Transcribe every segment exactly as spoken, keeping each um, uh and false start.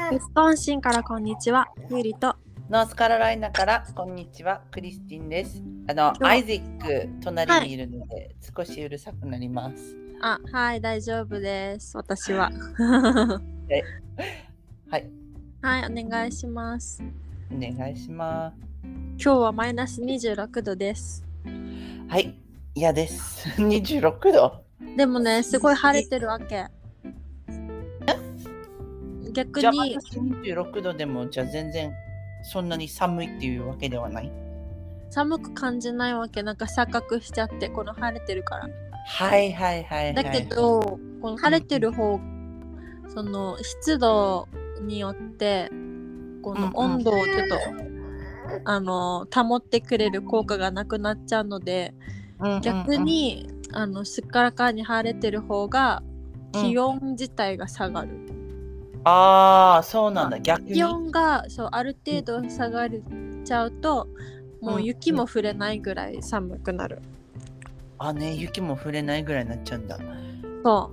ウィスコンシンからこんにちは、ゆりと。 ノースカロライナからこんにちは、クリスティンです。あの、アイゼック隣にいるので、はい、少しうるさくなります。 あ、はい、大丈夫です。私は。 はい。 はい、お願いします。 お願いします。 今日はマイナスにじゅうろくどです。 はい、嫌です。にじゅうろくど。 でもね、すごい晴れてるわけ。逆に。 じゃあにじゅうろくどでも、じゃあ全然そんなに寒いっていうわけではない？ 寒く感じないわけ。なんか錯覚しちゃって、この晴れてるから。 はいはいはい、はい。 だけど、この晴れてる方、うん、その湿度によってこの温度をちょっと、うんうん、あの保ってくれる効果がなくなっちゃうので、うんうんうん、逆にあのすっからかんに晴れてる方が気温自体が下がる。うん、 ああ、そうなんだ。逆に気温がそうある程度下がっちゃうと、うん、もう雪も降れないぐらい寒くなる。 あね、雪も降れないぐらいになっちゃうんだ。 そう。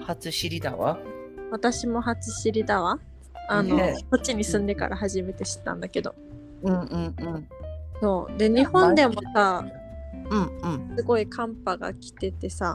初知りだわ。 私も初知りだわ。あの、ね、こっちに住んでから初めて知ったんだけど。 うんうんうん。 そうで、日本でもさ、 うんうん、 すごい寒波が来ててさ、 うん、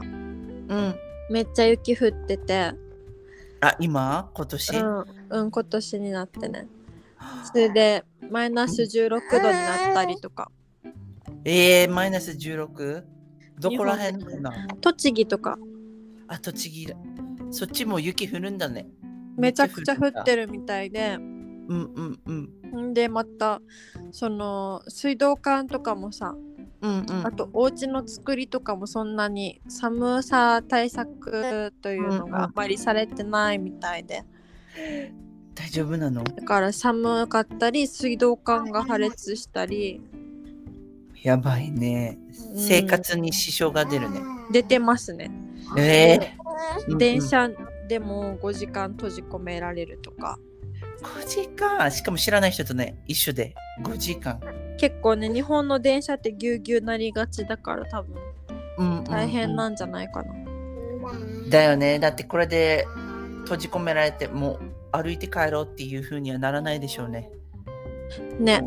めっちゃ雪降ってて。 あ、今今年？ うん、うん、今年になってね。それでマイナスじゅうろくどになったりとか。 えー、マイナスじゅうろく？どこら辺かな？ 栃木とか。 あ、栃木。そっちも雪降るんだね。 めちゃくちゃ降ってるみたいで。 うんうんうん。 でまたその水道管とかもさ、うんうん、あとお家の作りとかもそんなに寒さ対策というのがあんまりされてないみたいで、 うんうん、大丈夫なの？ だから寒かったり水道管が破裂したり。 やばいね。生活に支障が出るね。 うん、出てますね。 えー、電車でもごじかん閉じ込められるとか。 ごじかん、しかも知らない人とね一緒でごじかん。 結構ね、日本の電車ってぎゅうぎゅうなりがちだから多分大変なんじゃないかな。うんうんうん、だよね。だってこれで閉じ込められてもう歩いて帰ろうっていう風にはならないでしょうね。 ね。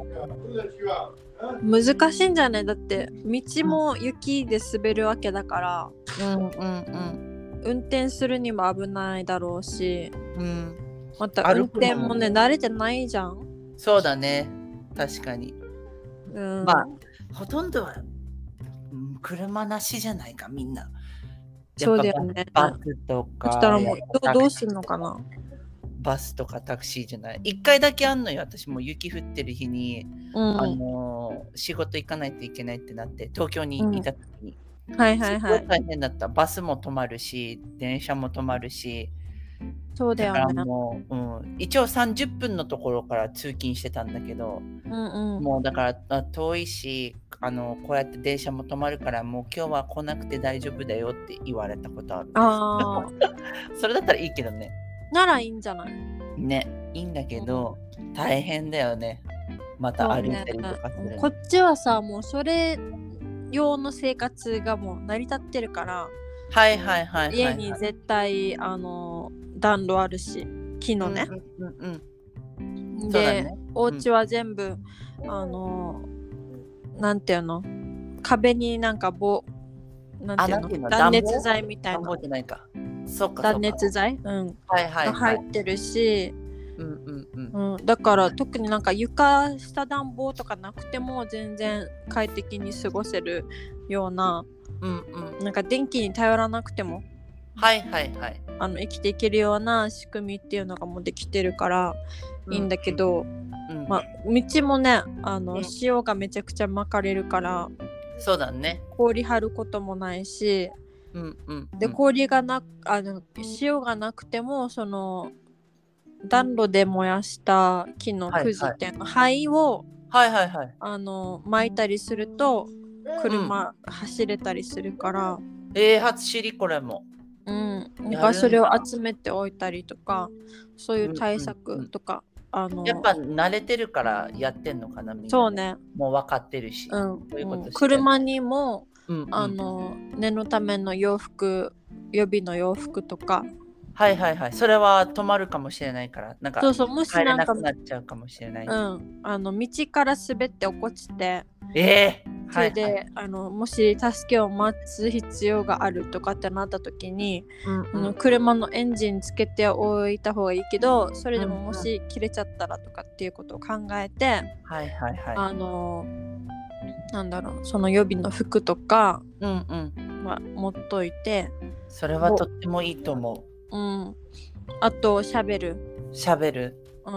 難しいんじゃない？だって道も雪で滑るわけだから、うんうんうん、運転するにも危ないだろうし、うん、また運転もね慣れてないじゃん。 そうだね、確かに、うん、まあほとんどは、うん、車なしじゃないかみんな。 そうだよね。 バスとか。 そしたらもう ど, どうするのかな。 バスとかタクシーじゃない。一回だけあんのよ。私も雪降ってる日に、うん、あの仕事行かないといけないってなって東京にいた時に、 うん、はいはいはい。 すごい大変だった。バスも止まるし電車も止まるし。 そうだよね。 だからもう、うん、一応さんじゅっぷんのところから通勤してたんだけど、うんうん、もうだから遠いし、あのこうやって電車も止まるからもう今日は来なくて大丈夫だよって言われたことある。あそれだったらいいけどね。 ならいいんじゃない？ ね、いいんだけど、うん、大変だよね。また歩いたりとかする、ね、 こっちはさ、もうそれ用の生活がもう成り立ってるから、 はいはいはい、はい、 家に絶対あの暖炉あるし、木のね。うんうんうん、で、ね、お家は全部、うん、あのなんていうの、壁になんか棒、なんていうの、断熱材みたいな。 暖房じゃないか。そうか断熱材、うん、 はいはいはい、 が入ってるし、 うんうんうんうん、だから特になんか床下暖房とかなくても全然快適に過ごせるような、うんうん、なんか電気に頼らなくても、 はいはいはい、 あの生きていけるような仕組みっていうのがもうできてるからいいんだけど、うんうん、まあ、道もね、あの、うん、塩がめちゃくちゃ巻かれるから、 そうだね、 氷張ることもないし、うんうんうん、で氷がなあの塩がなくてもその暖炉で燃やした木のくじっていうの、灰を、 はいはいはい、 あの巻いたりすると車走れたりするから、うん、 えー、初知りこれも、 うん、なんかそれを集めておいたりとか、そういう対策とか、うんうん、あのやっぱ慣れてるからやってんのかな、みんな。 そうね、 もう分かってるし、 うん、ういうこと、車にも、うんうん、あの念のための洋服、予備の洋服とか、 はいはいはい。それは止まるかもしれないから、なんかそうそう、もし帰れなんか、 なくなっちゃうかもしれない。 うん、あの道から滑って落っこちて、 ええそれで、 はいはい。 あのもし助けを待つ必要があるとかってなった時に、 うんあのうん。 車のエンジンつけておいた方がいいけど、それでももうんうん。 し切れちゃったらとかっていうことを考えて、 はいはいはい。 あのなんだろう、その予備の服とかうんうん。 は持っといて、 それはぼとってもいいと思うん、あとシャベル、 う。喋る。 うん、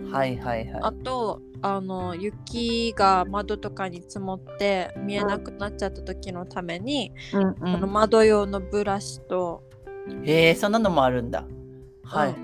はいはいはい。 あとあの雪が窓とかに積もって見えなうくなっちゃった時のために、 んうんうそのん。 窓用のブラシと、 へえ、そんなのもあるんだ。はい。 うん、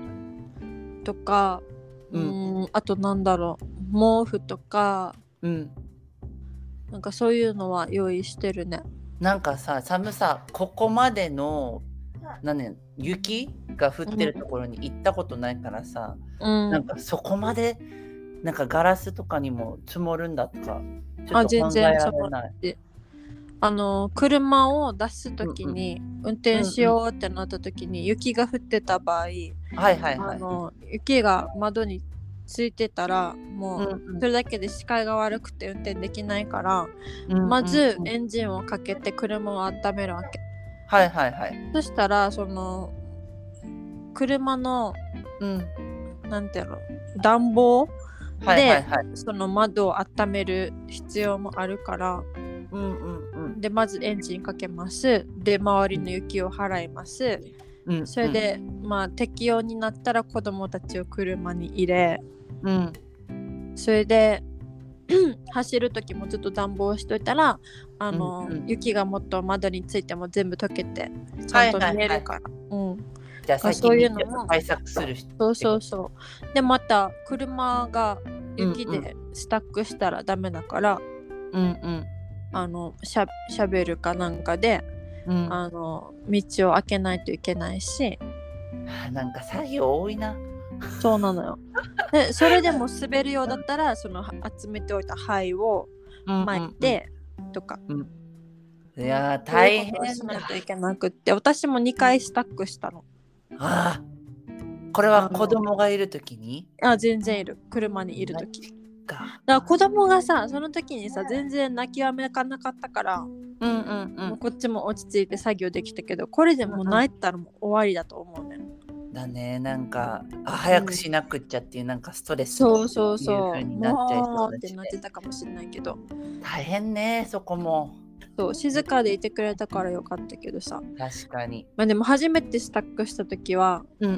とか、ううん。 ーん、あとなんだろう、毛布とか、 うん。 なんかそういうのは用意してるね。 なんかさ、寒さ、ここまでの、なんね、雪が降ってるとうん、 ころに行ったことないからさ、 うん、 なんかそこまで、なんかガラスとかにも積もるんだとか、ちょっあ、 と考え全然そのられない。 あの車を出す時うんうん。 に運転しうんうん。 ようってなった時に雪が降ってた場合、 はいはいはい。 あの雪が窓についてたらもううんうん。 それだけで視界が悪くて運転できないから、 うんまうんうん。 ずエンジンをかけて車を温めるわけ。 はいはいはい。 そしたらその車のうん。 なんていうの、暖房はいはいではい。 その窓を温める必要もあるから、 うんうんうん。 でまずエンジンかけます。で周りの雪を払います。 うんうん。 それでまあ適用になったら子供たちを車に入れ、 うん。 それで走る時もちょっと暖房しといたら、あうんのうん。 雪がもっと窓についても全部溶けてちゃはいんとはいはい。 見えるから、うん、 じゃああそう先にいうのも、 ちょっと対策するしそうってこと。 そうそう。でまた車がうんうん。 雪でスタックしたらダメだから、 うんうん。 あのシャシャベルかなんかでうん。 あの道を開けないといけないし、 はあ、なんか作業多いな。 そうなのよ。でそれでも滑るようだったらそのは集めておいた灰をうんうんうん。 巻いてとか、 うん。いやー、 そういう大ことをし変だ。 ないといけなくって、私もにかいスタックしたの。 ああ、これは子あの供がいるときに？ あ全然いる、車にいるマとき。だジか。 から子供がさその時にさ全然泣きわめかなかったから、 うんうんうん。 もうこっちも落ち着いて作業できたけど、これでもううんうん。 泣いたらもう終わりだと思うね。 だね、なんか、あ、 う早くん、 しなくっちゃっていうなんかストレスっそうそうていう風そう、 になっちゃいそうもうってなってだしね。 たかもしれないけど、 大変ね、そこも。 そう静かでいてくれたからよかったけどさ、 確かに。 まあでも初めてスタックした時はうんうん。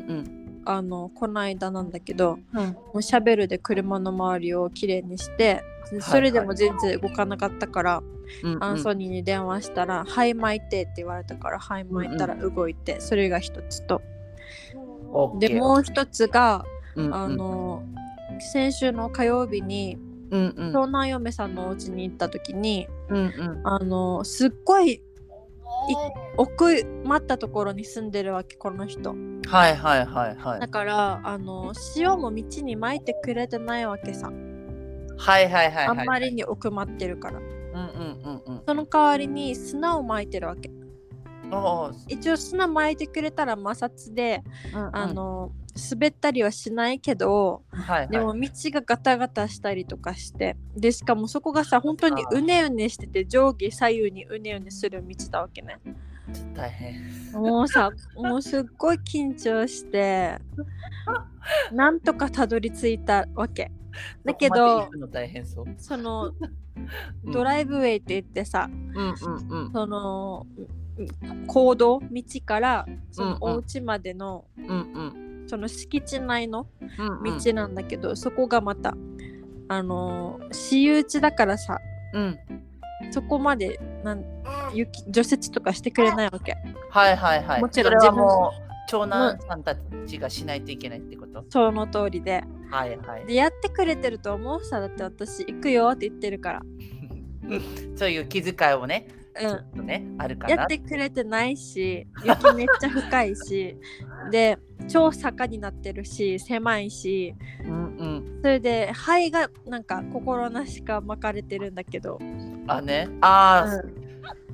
あのこの間なんだけど、 うん。 もうシャベルで車の周りをきれいにして、それではいはい。 も全然動かなかったから、アンうんうん。 ソニーに電話したら「はい巻いて」って言われたから、はい巻いたらうんうん。 動いて、それが一つと、 オッでケーオッケもう一つがー。うんあうん。 の先週の火曜日にうんうん。 長男嫁さんのお家に行った時に、 うんうん。 あのすっごいい奥まったところに住んでるわけこの人。 はいはいはいはい。 だからあの塩も道に撒いてくれてないわけさ。 はいはいはいあんはいはい。 まりに奥まってるから。 うんうんうんうん。 その代わりに砂を撒いてるわけ。 おお、 一応砂撒いてくれたら摩擦でうんうん。 あの滑ったりはしないけど、 はいはい。 でも道がガタガタしたりとかして、でしかもそこがさ本当にうあねうねしてて上下左右にうねうねする道だわけね。 あ、ちょっと大変。 もうさもうすっごい緊張してなんとかたどり着いたわけだそこまで行けど、 くの大変そう。 そのうん。 ドライブウェイって言ってさ、 うんうんうん。 その公道道からそのおうんうん。 家までのうんうん。 その敷地内のうんうん。 道なんだけど、そこがまたあのー私有地だからさ、 うん。 そこまでなん雪除雪とかしてくれないわけ。 はいはいはい。 もちそれろん自分はもう、長の男さんたちがしないといけないってこと？ その通りで、 はいはい。 でやってくれてると思うさ、だって私行くよって言ってるから。 そういう気遣いをね、ちょっうんとね、あるかな。 やってくれてないし、雪めっちゃ深いし、で超坂になってるし狭いし、 うんうん。 それで灰がなんか心なしか巻かれてるんだけど、 あ、ね。ああ、 うん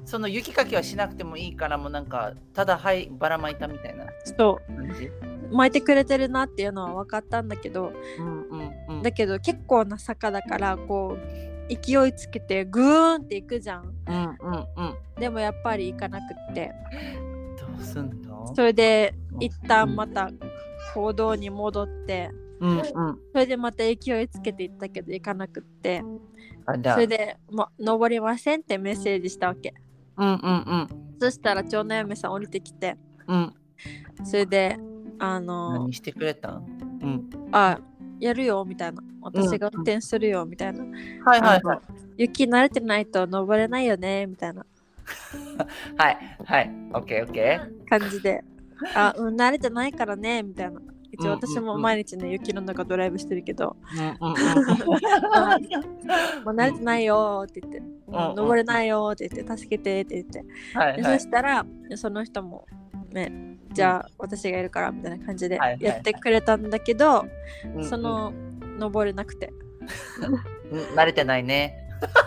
その雪かきはしなくてもいいからもうなんかただはいばらまいたみたいなそう感じ。 巻いてくれてるなっていうのは分かったんだけど、 うんうんうん、 だけど結構な坂だからこう勢いつけてグーンっていくじゃん、 うんうんうん、 でもやっぱり行かなくって、 どうすんの？ それで一旦また行動に戻って、 うんうん、 それでまた勢いつけていったけど行かなくって、 あだそれでもう登りませんってメッセージしたわけ。 うんうんうん、 そしたら長男嫁さん降りてきて、 うん、 それであの何してくれたん？うん、 あやるよみたいな、私が運転するよみたいな、うん、 はいはいはい、 雪慣れてないと登れないよねみたいなはいはいオッケーオッケー感じで、あうん慣れてないからねみたいな、一応私も毎日ね雪の中ドライブしてるけど、もう慣れてないよって言って、もう登れないよって言って助けてって言って、はいはい、そしたらその人もね、じゃあ私がいるからみたいな感じでやってくれたんだけど、はいはいはい、その登れなくて慣れてないね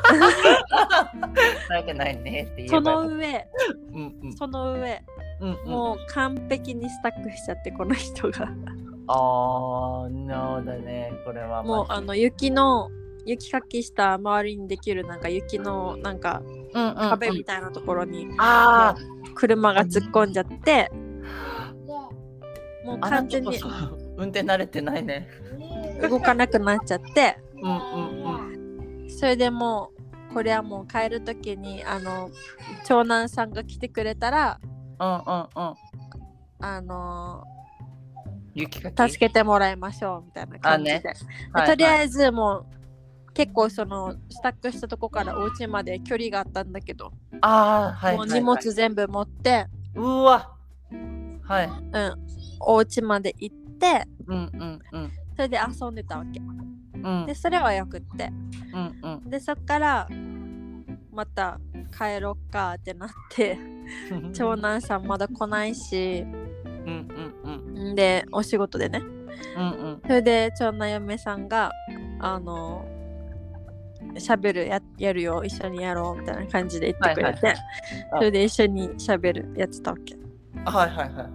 慣れてないねって言えば、 その上、 うんうん、 その上、うんうん、もう完璧にスタックしちゃってこの人があー、なるほどね。これはもうあの雪の雪かきした周りにできるなんか雪のなんか壁みたいなところに、うんうんうん、あ車が突っ込んじゃって、もう完全に運転慣れてないね。 動かなくなっちゃって、 うんうんうん、 それでもうこれはもう帰る時にあの長男さんが来てくれたら、 うんうんうん、 あの雪かき助けてもらいましょうみたいな感じで、ねはいはい、とりあえずもう結構そのスタックしたとこからお家まで距離があったんだけど、 あ、はいはいはい、 もう荷物全部持って、 うわはい、うん、 お家まで行って、 うんうんうん、 それで遊んでたわけ、うん、でそれはよくって、うんうん、でそっからまた帰ろっかってなって長男さんまだ来ないし、うんうんうん、でお仕事でね、うんうん、それで長男嫁さんがあのしゃべる や, やるよ一緒にやろうみたいな感じで言ってくれて、はいはいはい、それで一緒にしゃべるやってたわけ。 はいはいはい。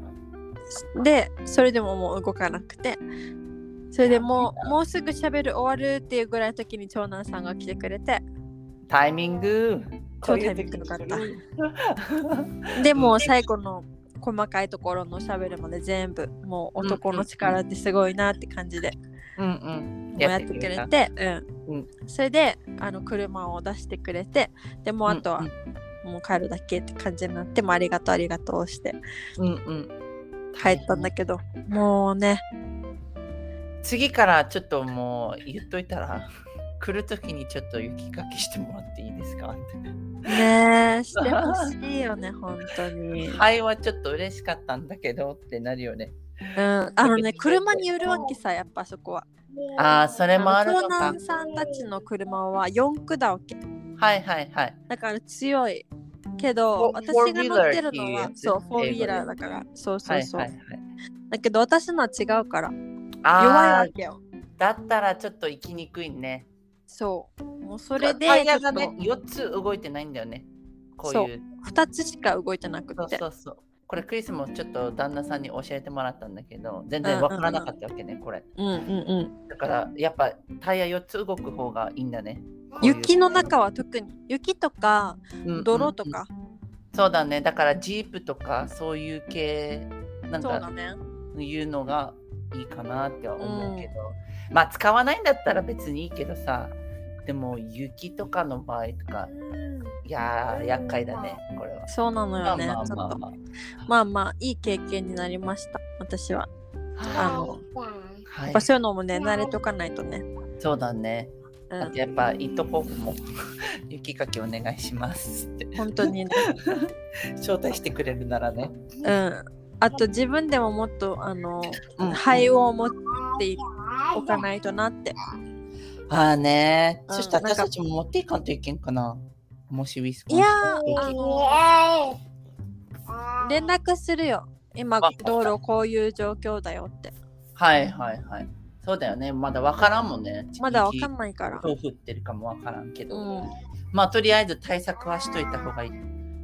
でそれでももう動かなくて、それでもうもうすぐしゃべる終わるっていうぐらいの時に長男さんが来てくれて、 タイミング超タイミングよかったでも最後の細かいところのしゃべるまで全部もう男の力ってすごいなって感じで、うんうん、やってくれて、うんうん、それであの車を出してくれて、でもあとはもう帰るだけって感じになって、もありがとうありがとうして、うんうん、帰ったんだけど、もうね次からちょっともう言っといたら来るときにちょっと雪かきしてもらっていいですかってねえしてほしいよね本当に。 はいはちょっと嬉しかったんだけどってなるよね。 うん、あのね車によるわけさ、やっぱそこは。 ああそれもあるのか。 長男さんたちの車はよん駆だわけ。 はいはいはい。 だから強いけど私が乗ってるのはそうフォーウィーラーだから、そうそうそう、はいはいはい、だけど私のは違うから弱いわけよ。 だったらちょっと行きにくいね。 そうもうそれでタイヤがねよっつ動いてないんだよね。こういうふたつしか動いてなくて、 そうそうそう、これクリスもちょっと旦那さんに教えてもらったんだけど全然わからなかったわけね、うんうんうん、これ、うんうんうん、だからやっぱタイヤよっつ動く方がいいんだね。 うう雪の中は特に雪とか泥とか、うんうんうん、 そうだね。だからジープとかそういう系なんかそうだねいうのがいいかなって思うけど、うん、まあ使わないんだったら別にいいけどさ、でも雪とかの場合とか、いやー厄介だねこれは。 そうなのよね、まあまあまあ、ちょっとまあまあいい経験になりました私は。あの、はい、やっぱそういうのもね慣れとかないとね。 そうだね、うん、あとやっぱいとこも雪かきお願いしますって本当にね招待してくれるならね。 うん、あと自分でももっとあの、うん、肺を持っておかないとなって。 ああね、うん、そして私たちも持っていかんといけんかな、もしウィスコンシン。 いやあの連絡するよ今道路こういう状況だよって。 はいはいはい、そうだよね、まだわからんもんね。 まだわかんないから。 どう降ってるかもわからんけど、うん、まあとりあえず対策はしといた方がいい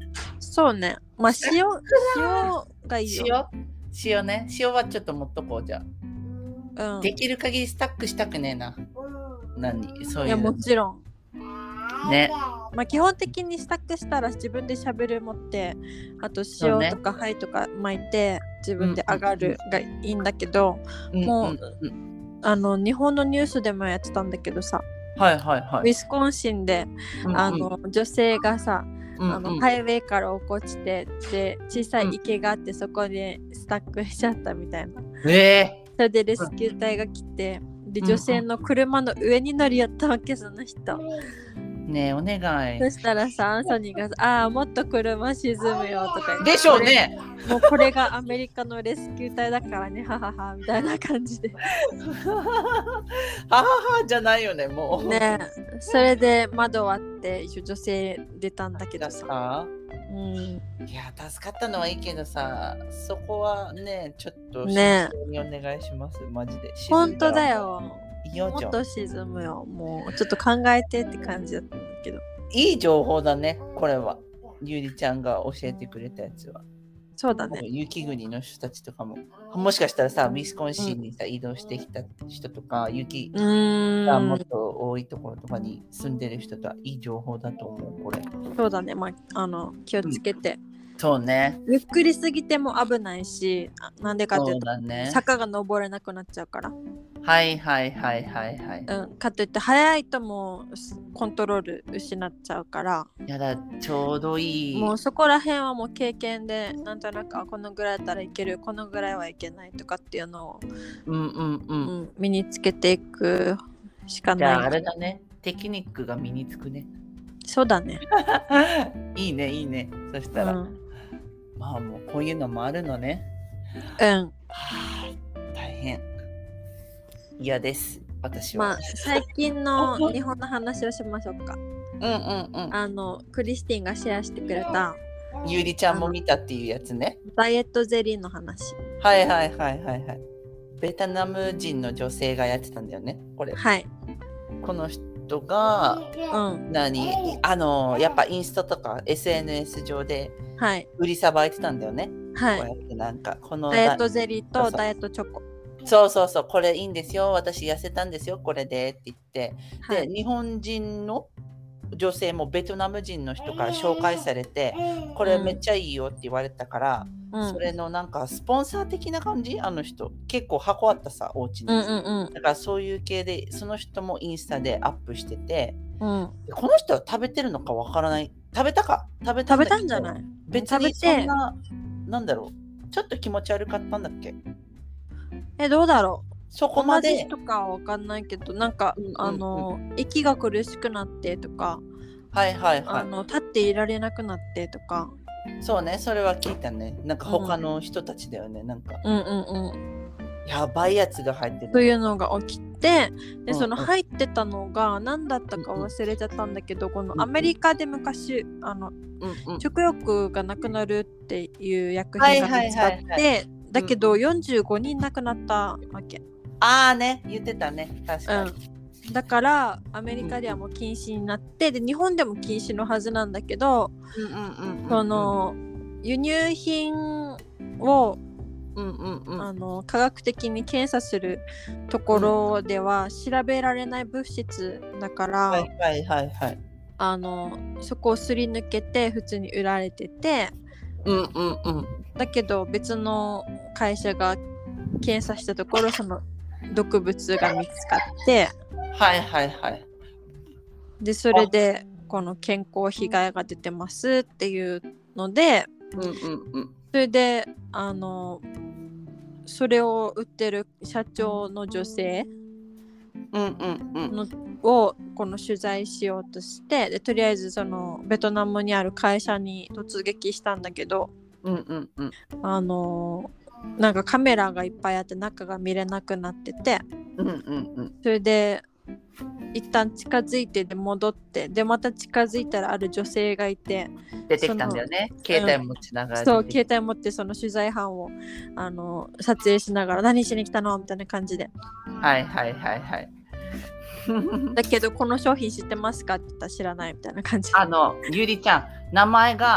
そうね。まあ塩、塩がいいよ。 塩塩ね。塩はちょっと持っとこうじゃあ。 うん。 できる限りスタックしたくねえな。何そういう。いや、もちろん。 ね。 まあ基本的にスタックしたら自分でしゃべる持って、あと塩とか灰とか巻いて自分で上がるがいいんだけど、 うんうん、 もう、 うんうん、 あの日本のニュースでもやってたんだけどさ、 はいはいはい、 ウィスコンシンで、うんうん、あの女性がさ、うんうん、あのハイウェイから落っこちてで小さい池があって、うん、そこでスタックしちゃったみたいな、 えー、 それでレスキュー隊が来て、で女性の車の上に乗り寄ったわけ、その人。 ねえお願い。 そしたらさ、アンソニーがああもっと車沈むよとか言って、 でしょうね。 もうこれがアメリカのレスキュー隊だからね、はははみたいな感じで。 はははじゃないよね、もう。 ねえ、それで窓割って一応女性出たんだけどさ。うん、 いや助かったのはいいけどさ、そこはねちょっとねにお願いします、マジで。 本当だよ。 いもっと沈むよ。もうちょっと考えてって感じだったんだけど。 いい情報だね、これは。ゆりちゃんが教えてくれたやつは。 そうだね。 雪国の人たちとかも、もしかしたらさ、ウィスコンシンにさ、うん、移動してきた人とか、雪がもっと多いところとかに住んでる人とはいい情報だと思う、これ。 そうだね。まあ、あの気をつけて。 うん、そうね。 ゆっくりすぎても危ないし、なんでかというと、 ね、 坂が登れなくなっちゃうから。 はいはいはいはいはい。 うん、かといって速いともうコントロール失っちゃうから。 いやだ、ちょうどいい。 もうそこら辺はもう経験でなんとなくこのぐらいだったらいける、このぐらいはいけないとかっていうのを、 うんうんうんうん、身につけていくしかない。 じゃああれだね、テクニックが身につくね。 そうだね。 いいねいいね。そしたら、うん、まあもうこういうのもあるのね。 うん。はあ、大変。嫌です私は。 まあ最近の日本の話をしましょうか。 うんうんうん。 あのクリスティンがシェアしてくれたゆりちゃんも見たっていうやつね。 ダイエットゼリーの話。 はいはいはいはいはい。ベトナム人の女性がやってたんだよね、これ。 はい。 この人が、うん、何あのやっぱインスタとか エスエヌエス 上で売りさばいてたんだよね。 はい。 こうやってなんかこのダイエットゼリーとダイエットチョコ。 そうそうそう、これいいんですよ、私痩せたんですよ、これでって言って、はい、で日本人の女性もベトナム人の人から紹介されて、これめっちゃいいよって言われたから、うん、それのなんかスポンサー的な感じ、あの人結構箱あったさ、お家に、うんうんうん、だからそういう系でその人もインスタでアップしてて、うん、この人は食べてるのかわからない、食べたか食べたん, 食べたんじゃない、 別にそんななんだろう、ちょっと気持ち悪かったんだっけ。 え、どうだろう、 そこまでとかは分かんないけど、なんか、うんうんうん、あの息が苦しくなってとか、 はいはいはい、 あの立っていられなくなってとか。 そうね、それは聞いたね。なんか他の人たちだよね、うん、なんか、 うんうんうん、 やばいやつが入ってるというのが起きて、でその入ってたのが何だったか忘れちゃったんだけど、うんうん、このアメリカで昔あの、うんうん、食欲がなくなるっていう薬品が見つかって、はいはいはいはい、だけどよんじゅうごにん亡くなったわけ。 ああね、言ってたね、確かに、 うん、だからアメリカではもう禁止になって、で日本でも禁止のはずなんだけど、その輸入品を、うんうんうん、あの科学的に検査するところでは調べられない物質だから、 はいはいはいはい、 あのそこをすり抜けて普通に売られてて、 うんうんうん、 だけど別の会社が検査したところその毒物が見つかって、 はいはいはい、 でそれでこの健康被害が出てますっていうので、 うんうんうん、 それであのそれを売ってる社長の女性の、うんうんうん、をこの取材しようとして、でとりあえずそのベトナムにある会社に突撃したんだけど、 うんうんうん、 あのなんかカメラがいっぱいあって中が見れなくなってて、 うんうんうん、 それで一旦近づいてで戻って、でまた近づいたらある女性がいて出てきたんだよね、携帯持ちながら、 うん、そう携帯持ってその取材班をあの撮影しながら何しに来たのみたいな感じで、 はいはいはいはいだけどこの商品知ってますかって言ったら知らないみたいな感じ。 あのゆりちゃん名前が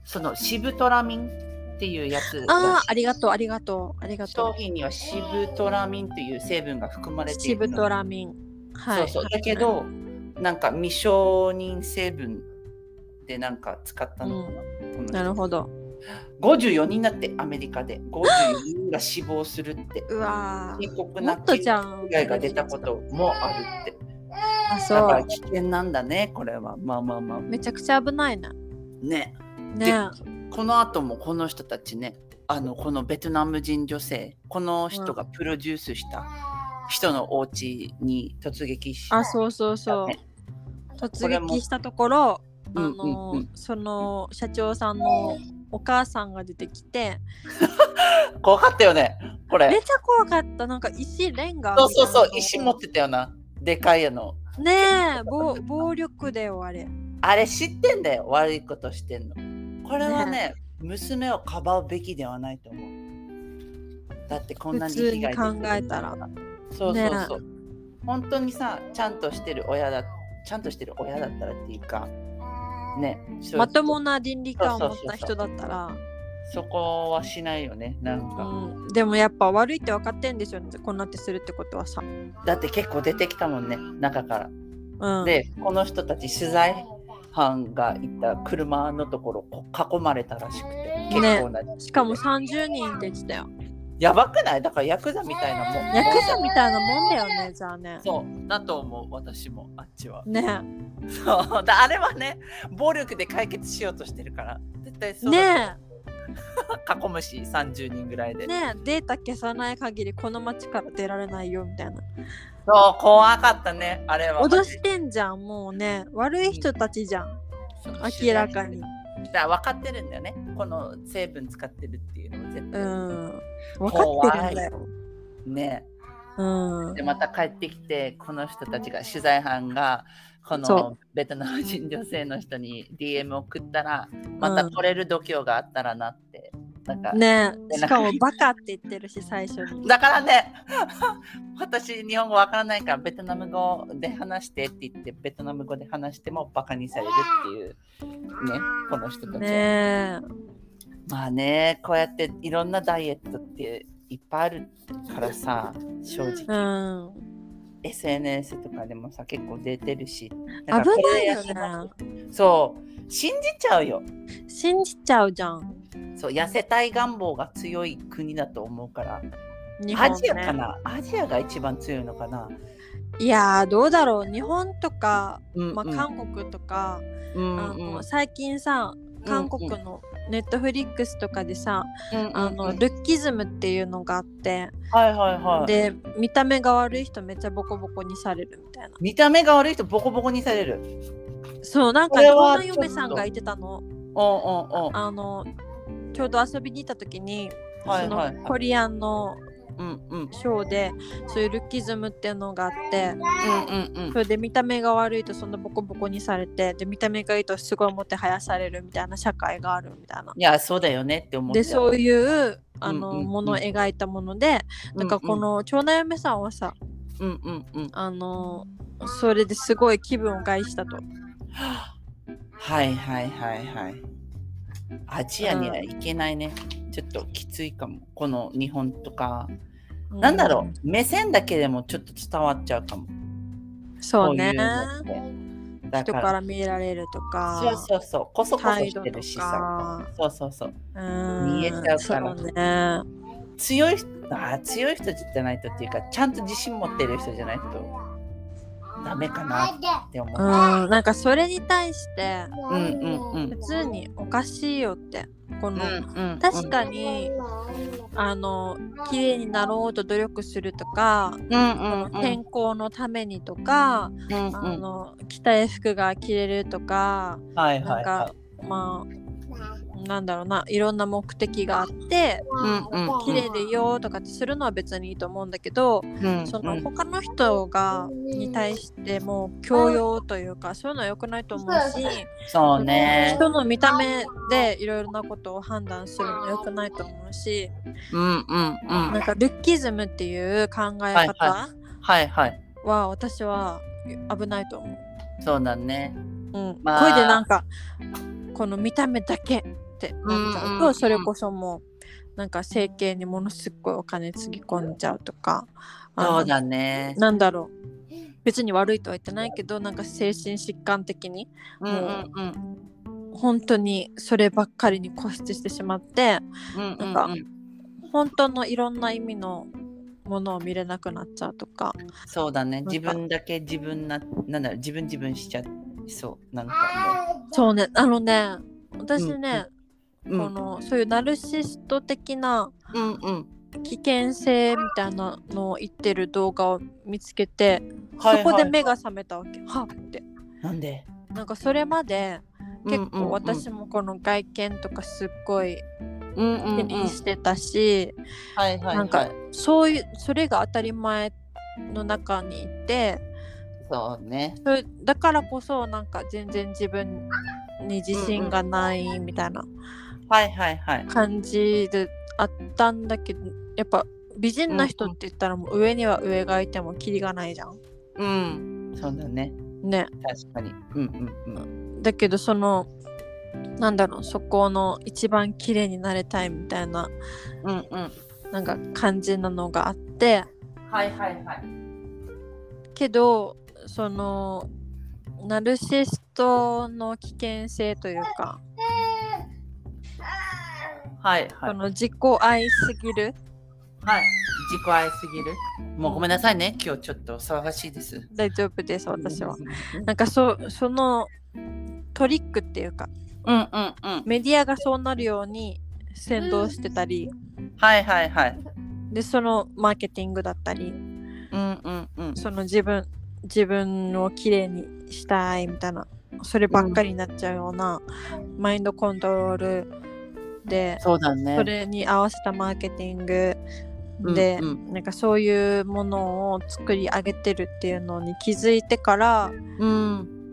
そのシブトラミンっていうやつああ、ありがとう、ありがとう、ありがとう。 商品にはシブトラミンという成分が含まれている。 シブトラミン。はい。 そうそう。だけど、はい、なんか未承認成分でなんか使ったのかな。 うん、なるほど。 ごじゅうよにんだってアメリカでごじゅうよにんが死亡するって。 うわ深刻な被害が出たこともあるって。 あ、そう。 だから危険なんだね、これは。まあまあまあ。 めちゃくちゃ危ないな。 ね。 ね。 この後もこの人たちね、あのこのベトナム人女性、この人がプロデュースした人のお家に突撃した、ね。 あ、そうそうそう。突撃したところ、あの、うんうん、その社長さんのお母さんが出てきて怖かったよね、これ。 めっちゃ怖かった。なんか石レンガ。 そうそうそう、石持ってたよな。でかいの。 ねえ、暴, 暴力だよ、あれ。 あれ知ってんだよ、悪いことしてんの。これはね、ね娘をかばうべきではないと思う。だってこんなに被害考えたら。 そうそうそう。ね、本当にさ、ちゃんとしてる親だ、ちゃんとしてる親だったらっていうか、ね。 まともな倫理観を持った人だったら。 そこはしないよね、なんか、 うん。でもやっぱ悪いって分かってんでしょ、こんなってするってことはさ。 だって結構出てきたもんね、中から。 うん、 で、この人たち取材班がいた車のところ囲まれたらしくて、結構な、 ね、しかもさんじゅうにんでしたよ。 やばくない？だからヤクザみたいなもん。 ヤクザみたいなもんだよね、じゃあね。 そうだと思う、私もあっちは。 ね。 そうだ、あれはね、暴力で解決しようとしてるから、絶対そうだと思う。ね囲むしさんじゅうにんぐらいでね、データ消さない限りこの街から出られないよみたいな。 そう怖かったね、あれは。 脅してんじゃん、もうね、悪い人たちじゃん、うん、明らかに。 だから分かってるんだよね、この成分使ってるっていうのは絶対。 うん分かってるんだよね。 うん、 でまた帰ってきて、この人たちが取材班がこのベトナム人女性の人に ディーエム 送ったら、また来れる度胸があったらなって、うん、なんかね、しかもバカって言ってるし最初に。 だからね私日本語わからないからベトナム語で話してって言って、ベトナム語で話してもバカにされるっていうね、この人たちはね。 まあね、こうやっていろんなダイエットっていっぱいあるからさ、正直、うん、エスエヌエス とかでもさ結構出てるし、 危ないよね。 そう信じちゃうよ。 信じちゃうじゃん。 そう痩せたい願望が強い国だと思うから、 日本ね、アジアかな、アジアが一番強いのかな。 いやーどうだろう、日本とか、うんうん、まあ、韓国とか、うんうん、あの最近さ韓国のネットフリックスとかでさ、うんうん、あのルッキズムっていうのがあって、 はいはいはい、 で見た目が悪い人めっちゃボコボコにされるみたいな。 見た目が悪い人ボコボコにされる。 そうなんか長男嫁さんがいてたの。 おおおあのちょうど遊びに行った時に、 はいはいはい、 そのコリアンのうんうん、 ショーでそういうルッキズムっていうのがあって、 うんうんうん、 それで見た目が悪いとそんなボコボコにされて、で見た目がいいとすごいもてはやされるみたいな社会があるみたいな。 いやそうだよねって思って。 でそういうあの、うんうんうん、ものを描いたもので、なんかこの長男嫁さんはさ、 うんうんうん、 あのそれですごい気分を害したと。 はいはいはいはい。アジアには行けないね、うん、ちょっときついかも。この日本とか、うん、なんだろう、目線だけでもちょっと伝わっちゃうかも。 そうね、 こういうだから人から見られるとか、 そうそうそう、こそこそしてるしさ、そうそうそう、 うん見えちゃうから。 そうね、 強い人、あ強い人じゃないとっていうか、ちゃんと自信持ってる人じゃないとダメかなって思う。 うん、なんかそれに対して、 うんうんうん、 普通におかしいよって、この、 うんうんうん、 確かにあの綺麗になろうと努力するとか、 うんうんうん、 健康のためにとか、 うんうん、 あの着たい服が着れるとか、 はいはいはい、 なんかまあなんだろうな、いろんな目的があって、 うんうんうん、 綺麗でいようとかってするのは別にいいと思うんだけど、 うんうん、 その他の人がに対しても強要というか、そういうのは良くないと思うし、 そうね、 人の見た目でいろいろなことを判断するのは良くないと思うし、 うんうんうん、 なんかルッキズムっていう考え方は、 はいはい、 私は危ないと思う。 そうだね、 うん、まあ、これでなんかこの見た目だけってなっちゃうと、それこそもうなんか整形にものすっごいお金つぎ込んじゃうとか、 そうだね。 なんだろう、別に悪いとは言ってないけど、なんか精神疾患的にもう、うんうんうん、本当にそればっかりに固執してしまって、うんうんうん、なんか本当のいろんな意味のものを見れなくなっちゃうとか。 そうだね、自分だけ自分な、なんだろう、自分自分しちゃいそう、なんかもう。そうね、あのね、私ね、うん、この、うん、そういうナルシスト的な危険性みたいなのを言ってる動画を見つけて、はいはい、そこで目が覚めたわけ。はっって。 なんで？ なんかそれまで結構私もこの外見とかすっごい気にしてたし、なんかそういうそれが当たり前の中にいて、 そうね。 それだからこそなんか全然自分に自信がないみたいな感じであったんだけど、やっぱ美人な人って言ったらもう上には上がいてもキリがないじゃん。 うん、そうだね。 ね。 確かに。うんうんうん。 だけどそのなんだろう、そこの一番綺麗になれたいみたいな、うんうん、なんか感じなのがあって、 はいはいはい。 けどそのナルシストの危険性というか、 はいはい、 その自己愛すぎる、 はい、自己愛すぎる。もうごめんなさいね、今日ちょっと騒がしいです。 大丈夫です、私は。なんか そ, そのトリックっていうか、 うんうんうん、 メディアがそうなるように先導してたり、 はいはいはい。 でそのマーケティングだったり、 うんうんうん、 その自分自分をきれいにしたいみたいな、そればっかりになっちゃうような、うん、マインドコントロールで、 そうだね、 それに合わせたマーケティングで、うんうん、なんかそういうものを作り上げてるっていうのに気づいてから、うん、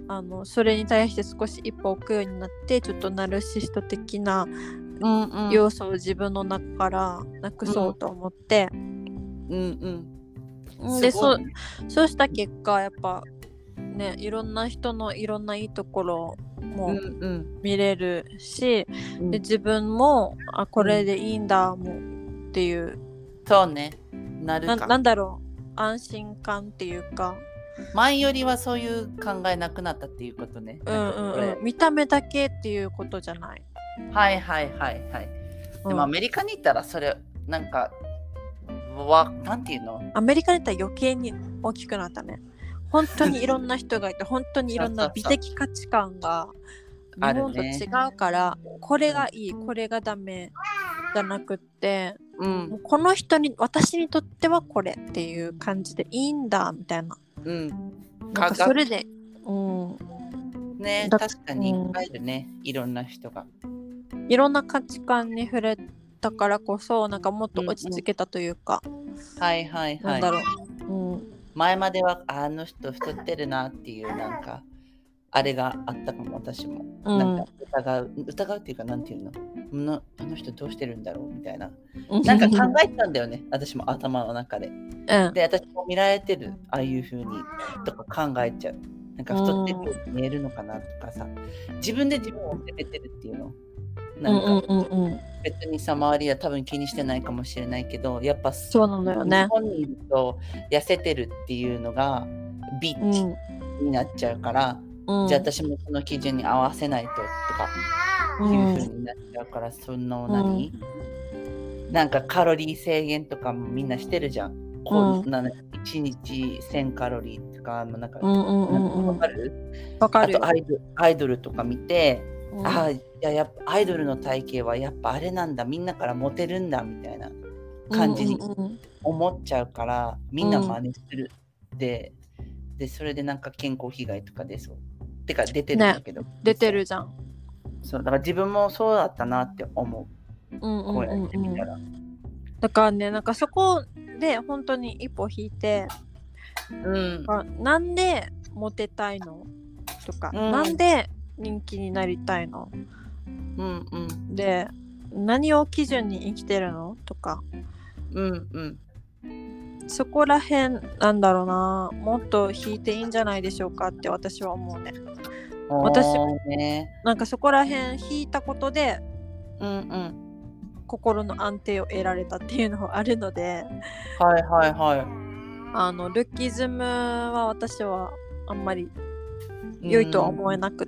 あのそれに対して少し一歩置くようになって、ちょっとナルシスト的な要素を自分の中からなくそうと思って、うんうんうん、で そ, そうした結果やっぱね、いろんな人のいろんないいところも見れるし、うんうん、で自分もあこれでいいんだもんっていう、 そうね、なるかな, なんだろう、安心感っていうか、 前よりはそういう考えなくなったっていうことね。 うんうんうん、見た目だけっていうことじゃない。 はいはいはいはい。でもアメリカに行ったらそれなんかわなんていうの？ アメリカに行ったら余計に大きくなったね。本当にいろんな人がいて本当にいろんな美的価値観が日本と違うから、ね、これがいいこれがダメじゃなくって、うん、もうこの人に私にとってはこれっていう感じでいいんだみたいな、うん、なんかそれで、うん、 ね、確かにいっぱいいるね、うん、いろんな人がいろんな価値観に触れたからこそなんかもっと落ち着けたというか、うんうん、 はいはいはい、 なんだろう、うん、 前まではあの人太ってるなっていうなんかあれがあったかも、私も、うん、なんか疑う疑うっていうかなんていうの、あの人どうしてるんだろうみたいな、なんか考えたんだよね私も頭の中で、うん、で私も見られてるああいう風にとか考えちゃう、なんか太ってて見えるのかなとかさ、自分で自分を責めてるっていうの、なんか、うんうんうん、別にさ周りは多分気にしてないかもしれないけど、やっぱそうなんだよね、 日本にいると痩せてるっていうのがビッチになっちゃうから、うん、じゃあ私もその基準に合わせないととかいう風になっちゃうから、うん、その何、うん、なんかカロリー制限とかもみんなしてるじゃん、うん、こうなんいちにちせんカロリーとかのなんか、うんうんうんうん、分かる？分かる。あとアイドル、アイドルとか見て、うん、あいややっぱアイドルの体型はやっぱあれなんだ、みんなからモテるんだみたいな感じに思っちゃうから、うんうんうん、みんな真似する、うん、で, でそれでなんか健康被害とか出そうてか出てるんだけど、ね、 出てるじゃん。 そうだから自分もそうだったなって思う、うんうんうんうん、こうやってみたら、 だからね、なんかそこで本当に一歩引いて、うん、なんでモテたいのとか、うん、なんで人気になりたいの、うんうん、で何を基準に生きてるのとか、うんうん、そこらへんなんだろうな、もっと引いていいんじゃないでしょうかって私は思うね。私ね、なんかそこらへん引いたことでうんうん。 心の安定を得られたっていうのがあるので、 はいはいはい。 あのルッキズムは私はあんまり良いとは思えなくって、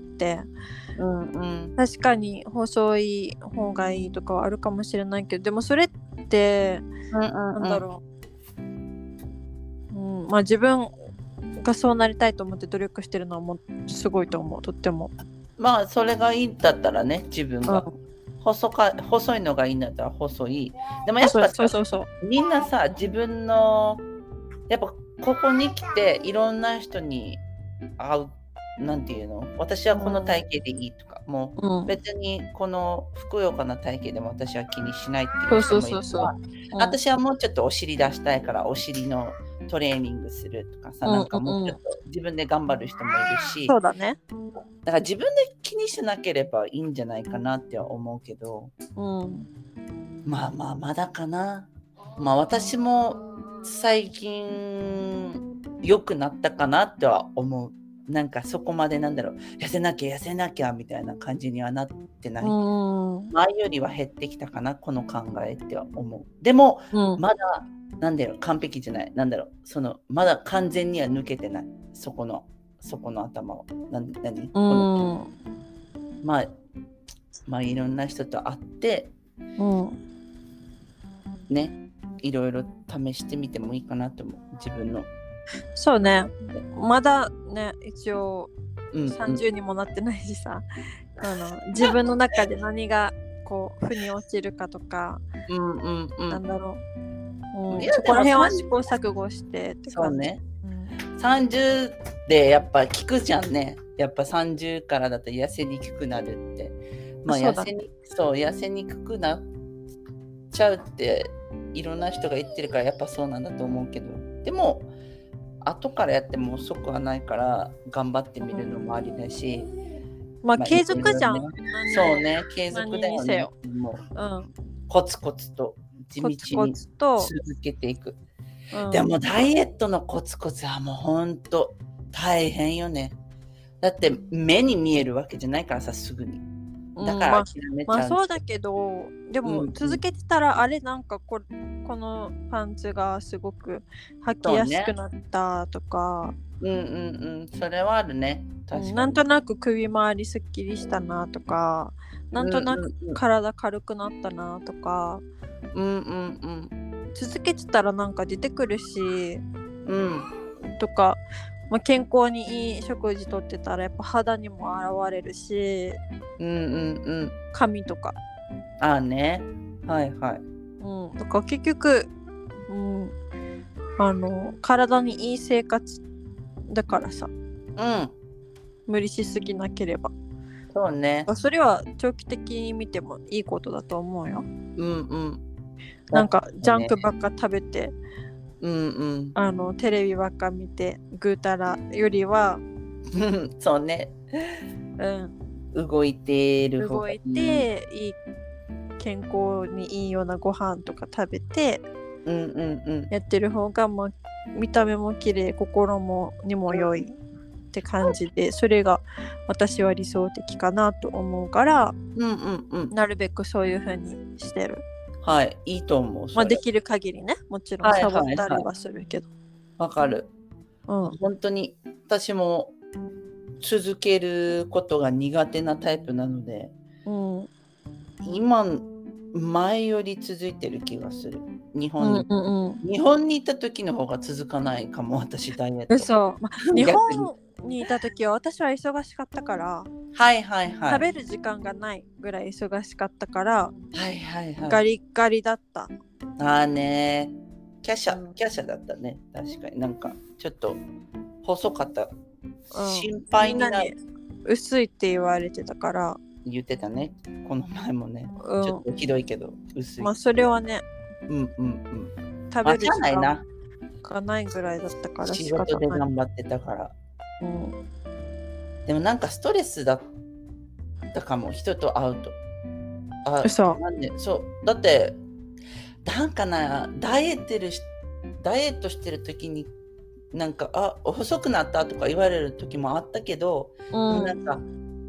うんうん、 確かに細い方がいいとかはあるかもしれないけど、でもそれって、 うんうんうん、 なんだろう、うん、まあ自分がそうなりたいと思って努力してるのはもうすごいと思う、とっても。 まあそれがいいんだったらね、自分が、 うん、 細か細いのがいいんだったら細い。でもやっぱさ、 そうそうそうみんなさ、自分のやっぱここに来ていろんな人に会う、なんていうの、私はこの体型でいいとか、うん、もう別にこのふくよかな体型でも私は気にしないっていう人もいるから、私はもうちょっとお尻出したいからお尻のトレーニングするとかさ、うん、なんかもうちょっと自分で頑張る人もいるし、 そうだね。 だから自分で気にしなければいいんじゃないかなって思うけど、 うん、 まあまあまだかな。まあ私も最近良くなったかなっては思う。なんかそこまでなんだろう、痩せなきゃ痩せなきゃみたいな感じにはなってない。 うん、 前よりは減ってきたかな、この考えっては思う。でも、うん、まだなんだろう、完璧じゃない。なんだろう、そのまだ完全には抜けてない。そこのそこの頭を。な何、うん、このまあまあいろんな人と会って、うん、ね、いろいろ試してみてもいいかなと思う、自分の。 そうね、まだね、一応さんじゅうにもなってないしさ、うんうん、あの自分の中で何がこう腑に落ちるかとか、うんうんうん、なんだろう、うん、そこら辺は試行錯誤してって感じ。 そうね、うん、さんじゅうでやっぱ聞くじゃんね。やっぱさんじゅうからだと痩せにくくなるって、まあ痩せにそう痩せにくくなっちゃうっていろんな人が言ってるからやっぱそうなんだと思うけど、でも後からやっても遅くはないから頑張ってみるのもありだし、 まあ、まあ、継続じゃん、ね、 そうね、継続だよね。もう、うん、コツコツと地道に続けていく。うん、でもダイエットのコツコツはもうほんと大変よね。だって目に見えるわけじゃないからさ、すぐに。だから諦めちゃう、 うん、まあ、まあそうだけど、でも続けてたら、うん、あれなんか こ, このパンツがすごく履きやすくなったとか、 う、ね、うんうんうん、それはあるね。 確かに。なんとなく首周りすっきりしたなとか、なんとなく体軽くなったなとか、 うんうんうん、 続けてたらなんか出てくるし、 うん、 とか、まあ、健康にいい食事とってたらやっぱ肌にも現れるし、 うんうんうん、 髪とか。 ああね、はいはい。 うん、だから結局、うん、あの体にいい生活だからさ、うん、無理しすぎなければ。 そうね。 それは長期的に見てもいいことだと思うよ。 うんうん。 なんかジャンクばっか食べて、 うんうん、 あのテレビばっか見てぐうたらよりはそうね、うん、動いてる方がいい、動いていい健康にいいようなご飯とか食べて、 うんうんうん、 やってる方が、まあ、見た目も綺麗、心もにも良いって感じで、それが私は理想的かなと思うから、 うんうんうん、 なるべくそういう風にしてる。 はい、いいと思う。 まあ、できる限りね、もちろんサボったりはするけど。 わ、はいはいはい、かる、うん。本当に私も続けることが苦手なタイプなので、うん、今前より続いてる気がする。日本に、うんうんうん、日本にいた時の方が続かないかも、私ダイエット。 嘘、まあ、日本にいた時は私は忙しかったから、 はいはいはい、 食べる時間がないぐらい忙しかったから、 はいはいはい、 ガリガリだった。 ああね、キャシャ、キャシャだったね。確かになんかちょっと細かった、うん、心配になる。 薄いって言われてたから言ってたね、この前もね、うん、ちょっとひどいけど薄い。 まあそれはね、 うんうんうん、 食べる時間がないぐらいだったから仕事で頑張ってたから、うん、でもなんかストレスだったかも、人と会うと。あ、 そう。 なんで、そう。だって、なんかな、ダイエットるし、ダイエットしてる時に、なんか、あ、細くなったとか言われる時もあったけど、うん、なんか、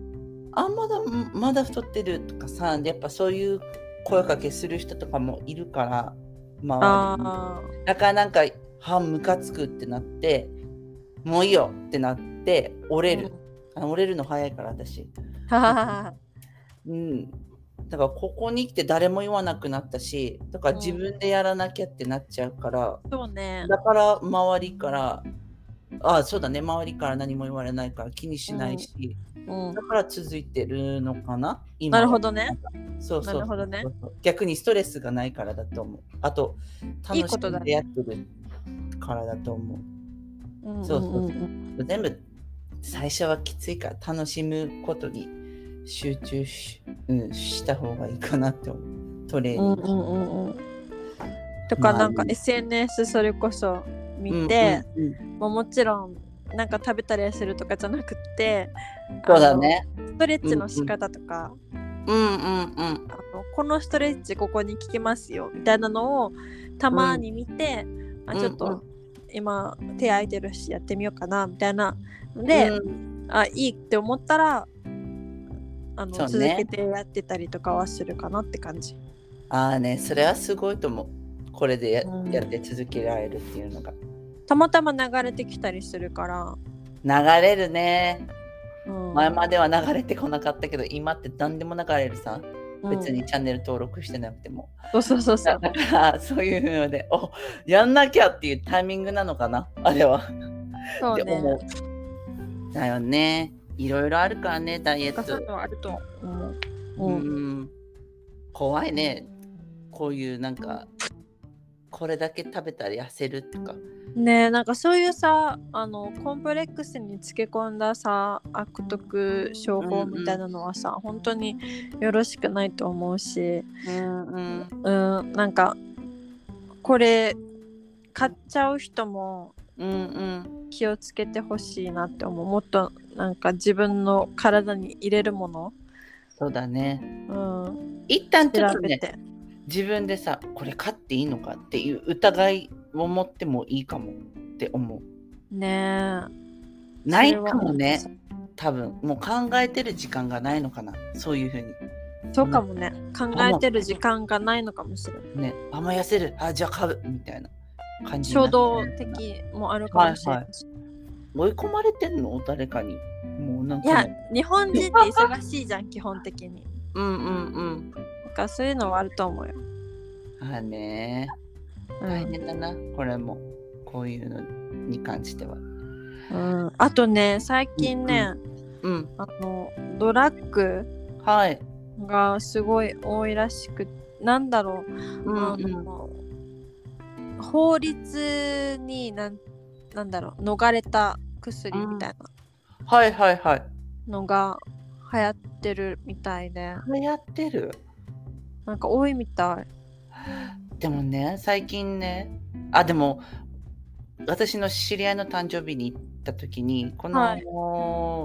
あまだまだ太ってるとかさ、やっぱそういう声かけする人とかもいるから周りに。 あだからなんかはムカつくってなってもういいよってなって折れる、うん、あ折れるの早いから私うん、だからここに来て誰も言わなくなったし、だから自分でやらなきゃってなっちゃうから、 うん、そうね、 だから周りからああそうだね周りから何も言われないから気にしないし、うんうん、だから続いてるのかな今。 なるほどね。 そうそうそう、なるほどね。 逆にストレスがないからだと思う。あと楽しんでやってるからだと思う。いい、ね、そうそうそう、うんうんうん、全部最初はきついから楽しむことに集中 し,、うん、した方がいいかなって思う。トレーニング、うんうんうん、 とかなんか エスエヌエス それこそ見て、うんうんうん、も, もちろんなんか食べたりするとかじゃなくて、 そうだね、 ストレッチの仕方とか、 うんうんうん、あのこのストレッチここに効きますよみたいなのをたまに見て、うん、あちょっと今手空いてるしやってみようかなみたいなで、うん、あいいって思ったらあの、ね、続けてやってたりとかはするかなって感じ。 ああね、それはすごいと思う。これで や,、うん、やって続けられるっていうのがたまたま流れてきたりするから流れるね、うん、前までは流れてこなかったけど今って何でも流れるさ、うん、別にチャンネル登録してなくても、 そうそうそうそう、 だからそういうのでおやんなきゃっていうタイミングなのかなあれは。 そうね、 って思う。だよね、いろいろあるからねダイエット。 そういうのあると思う、 うんうん、怖いねこういうなんかこれだけ食べたら痩せるとかね。えなんかそういうさあのコンプレックスにつけ込んださ悪徳商法みたいなのはさ、うんうん、本当によろしくないと思うし、うんうんうん、なんかこれ買っちゃう人も気をつけてほしいなって思う。もっとなんか自分の体に入れるもの、 そうだね、 うん、 一旦ちょっとね自分でさこれ買っていいのかっていう疑いを持ってもいいかもって思うね。 えないかもね多分もう考えてる時間がないのかなそういうふうに。 そうかもね、考えてる時間がないのかもしれないね。あんま痩せるあじゃあ買うみたいな感じ衝動的もあるかもしれない、はいはい、 追い込まれてんの誰かに。もうなんか、 いや日本人って忙しいじゃん基本的に。 うんうんうんなんかそういうのはあると思うよ。 ああね大変だな、うん、これもこういうのに関しては、うん、 あとね最近ね、うんうん、あのドラッグがすごい多いらしく、なんだろう、うんうん、あの法律になんなんだろう逃れた薬みたいな、 うん、はいはいはいのが流行ってるみたいで。 流行ってるなんか多いみたい。 でもね最近ねあでも私の知り合いの誕生日に行った時にこの、はい、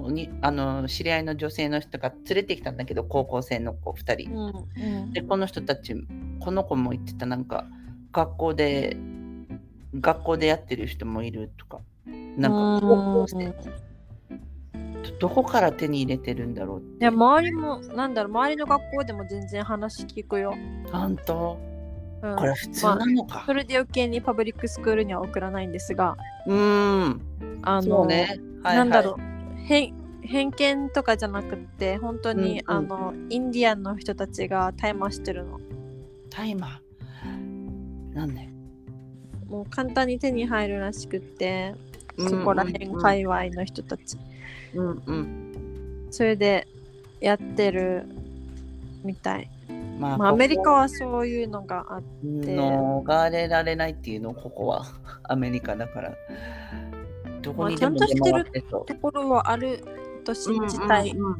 にあの知り合いの女性の人が連れてきたんだけど高校生の子ふたり、うんうん、でこの人たちこの子も言ってたなんか学校で学校でやってる人もいるとかなんか高校生どこから手に入れてるんだろうって。 いや周りもなんだろう周りの学校でも全然話聞くよ。 本当、うん、これ普通なのか、まあ、それで余計にパブリックスクールには送らないんですが、 うーんあのそうね、はいはい、なんだろう偏偏見とかじゃなくって本当に、うんうん、あのインディアンの人たちが大麻してるの。 大麻なんでもう簡単に手に入るらしくって、うんうんうん、そこら辺界隈の人たち、うんうん、それでやってるみたい。まあ、まあ、アメリカはそういうのがあって逃れられないっていうのここはアメリカだからどこにでも出回ってそう、まあ、ちゃんとしてるところはあると信じたい、うんうんうん、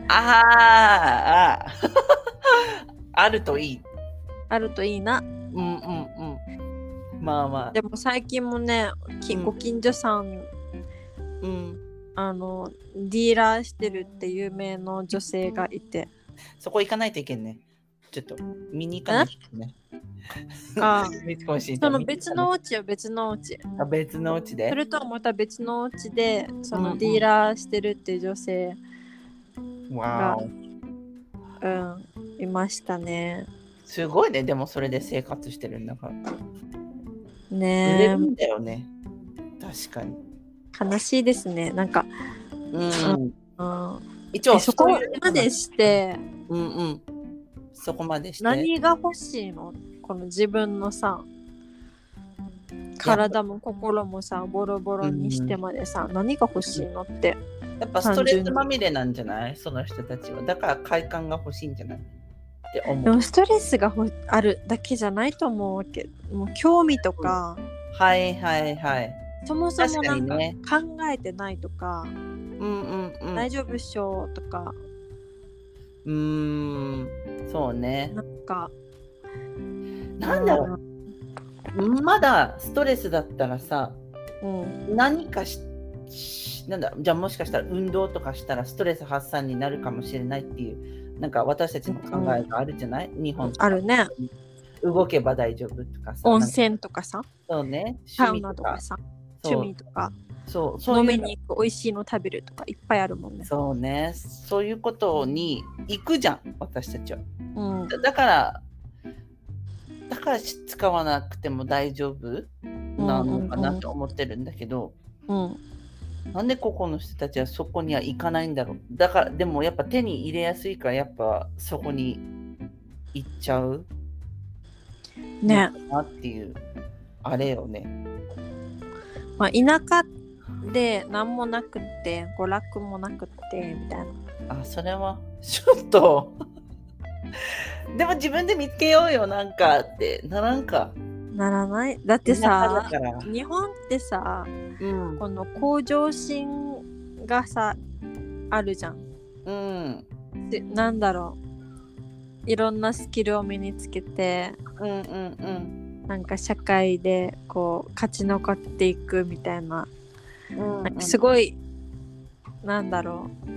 あああるといいあるといいな。 うんうんうんまあまあでも最近もね、うん、ご近所さん、うん、あのディーラーしてるって有名の女性がいて、 そこ行かないといけんね。ちょっと見に行かないとね。 ああその別のお家は別のお家。 あ別のお家で。 それとはまた別のお家でそのディーラーしてるっていう女性わお。 うん、いましたね。 すごいね、でもそれで生活してるんだから。 ねえ。 売れるんだよね。確かに。 悲しいですね。なんか、 うん。 うん、 一応そこまでして、 うんうん。そこまでして。 何が欲しいの？この自分のさ、体も心もさ、ボロボロにしてまでさ、うん、何が欲しいのって。 やっぱストレスまみれなんじゃない？その人たちは。だから快感が欲しいんじゃない？って思う。 でもストレスがあるだけじゃないと思うわけ。もう興味とか、うん、 はいはいはい。 そもそもなんか考えてないとか、 うんうんうん、 大丈夫っしょとか。 うーん、そうね。 なんか、 なんだろう。まだストレスだったらさ、うん、何かし、なんだ、じゃあもしかしたら運動とかしたらストレス発散になるかもしれないっていう、なんか私たちの考えがあるじゃない？うん、日本とか。 あるね。 動けば大丈夫とかさ。 温泉とかさ。 そうね。 サウナとかさ。趣味とか。 そう、そういう飲みに行く、美味しいの食べるとかいっぱいあるもんね。 そうね。そういうことに行くじゃん、私たちは。 うん、 だ, だから、だから使わなくても大丈夫なのかなと思ってるんだけど、 うんうんうん、なんでここの人たちはそこには行かないんだろう。だから、でもやっぱ手に入れやすいから、やっぱそこに行っちゃうね。 なっていう、あれよね。 まあ、田舎で何もなくって娯楽もなくってみたいな。 あ、それはちょっとでも自分で見つけようよなんかってならんか。 ならない。だってさ、日本ってさ、うん、この向上心がさあるじゃん。 うん。 で、なんだろう、いろんなスキルを身につけて、 うんうんうん、 なんか社会でこう勝ち残っていくみたいな、うんうん、なんかすごいなんだろう、うん、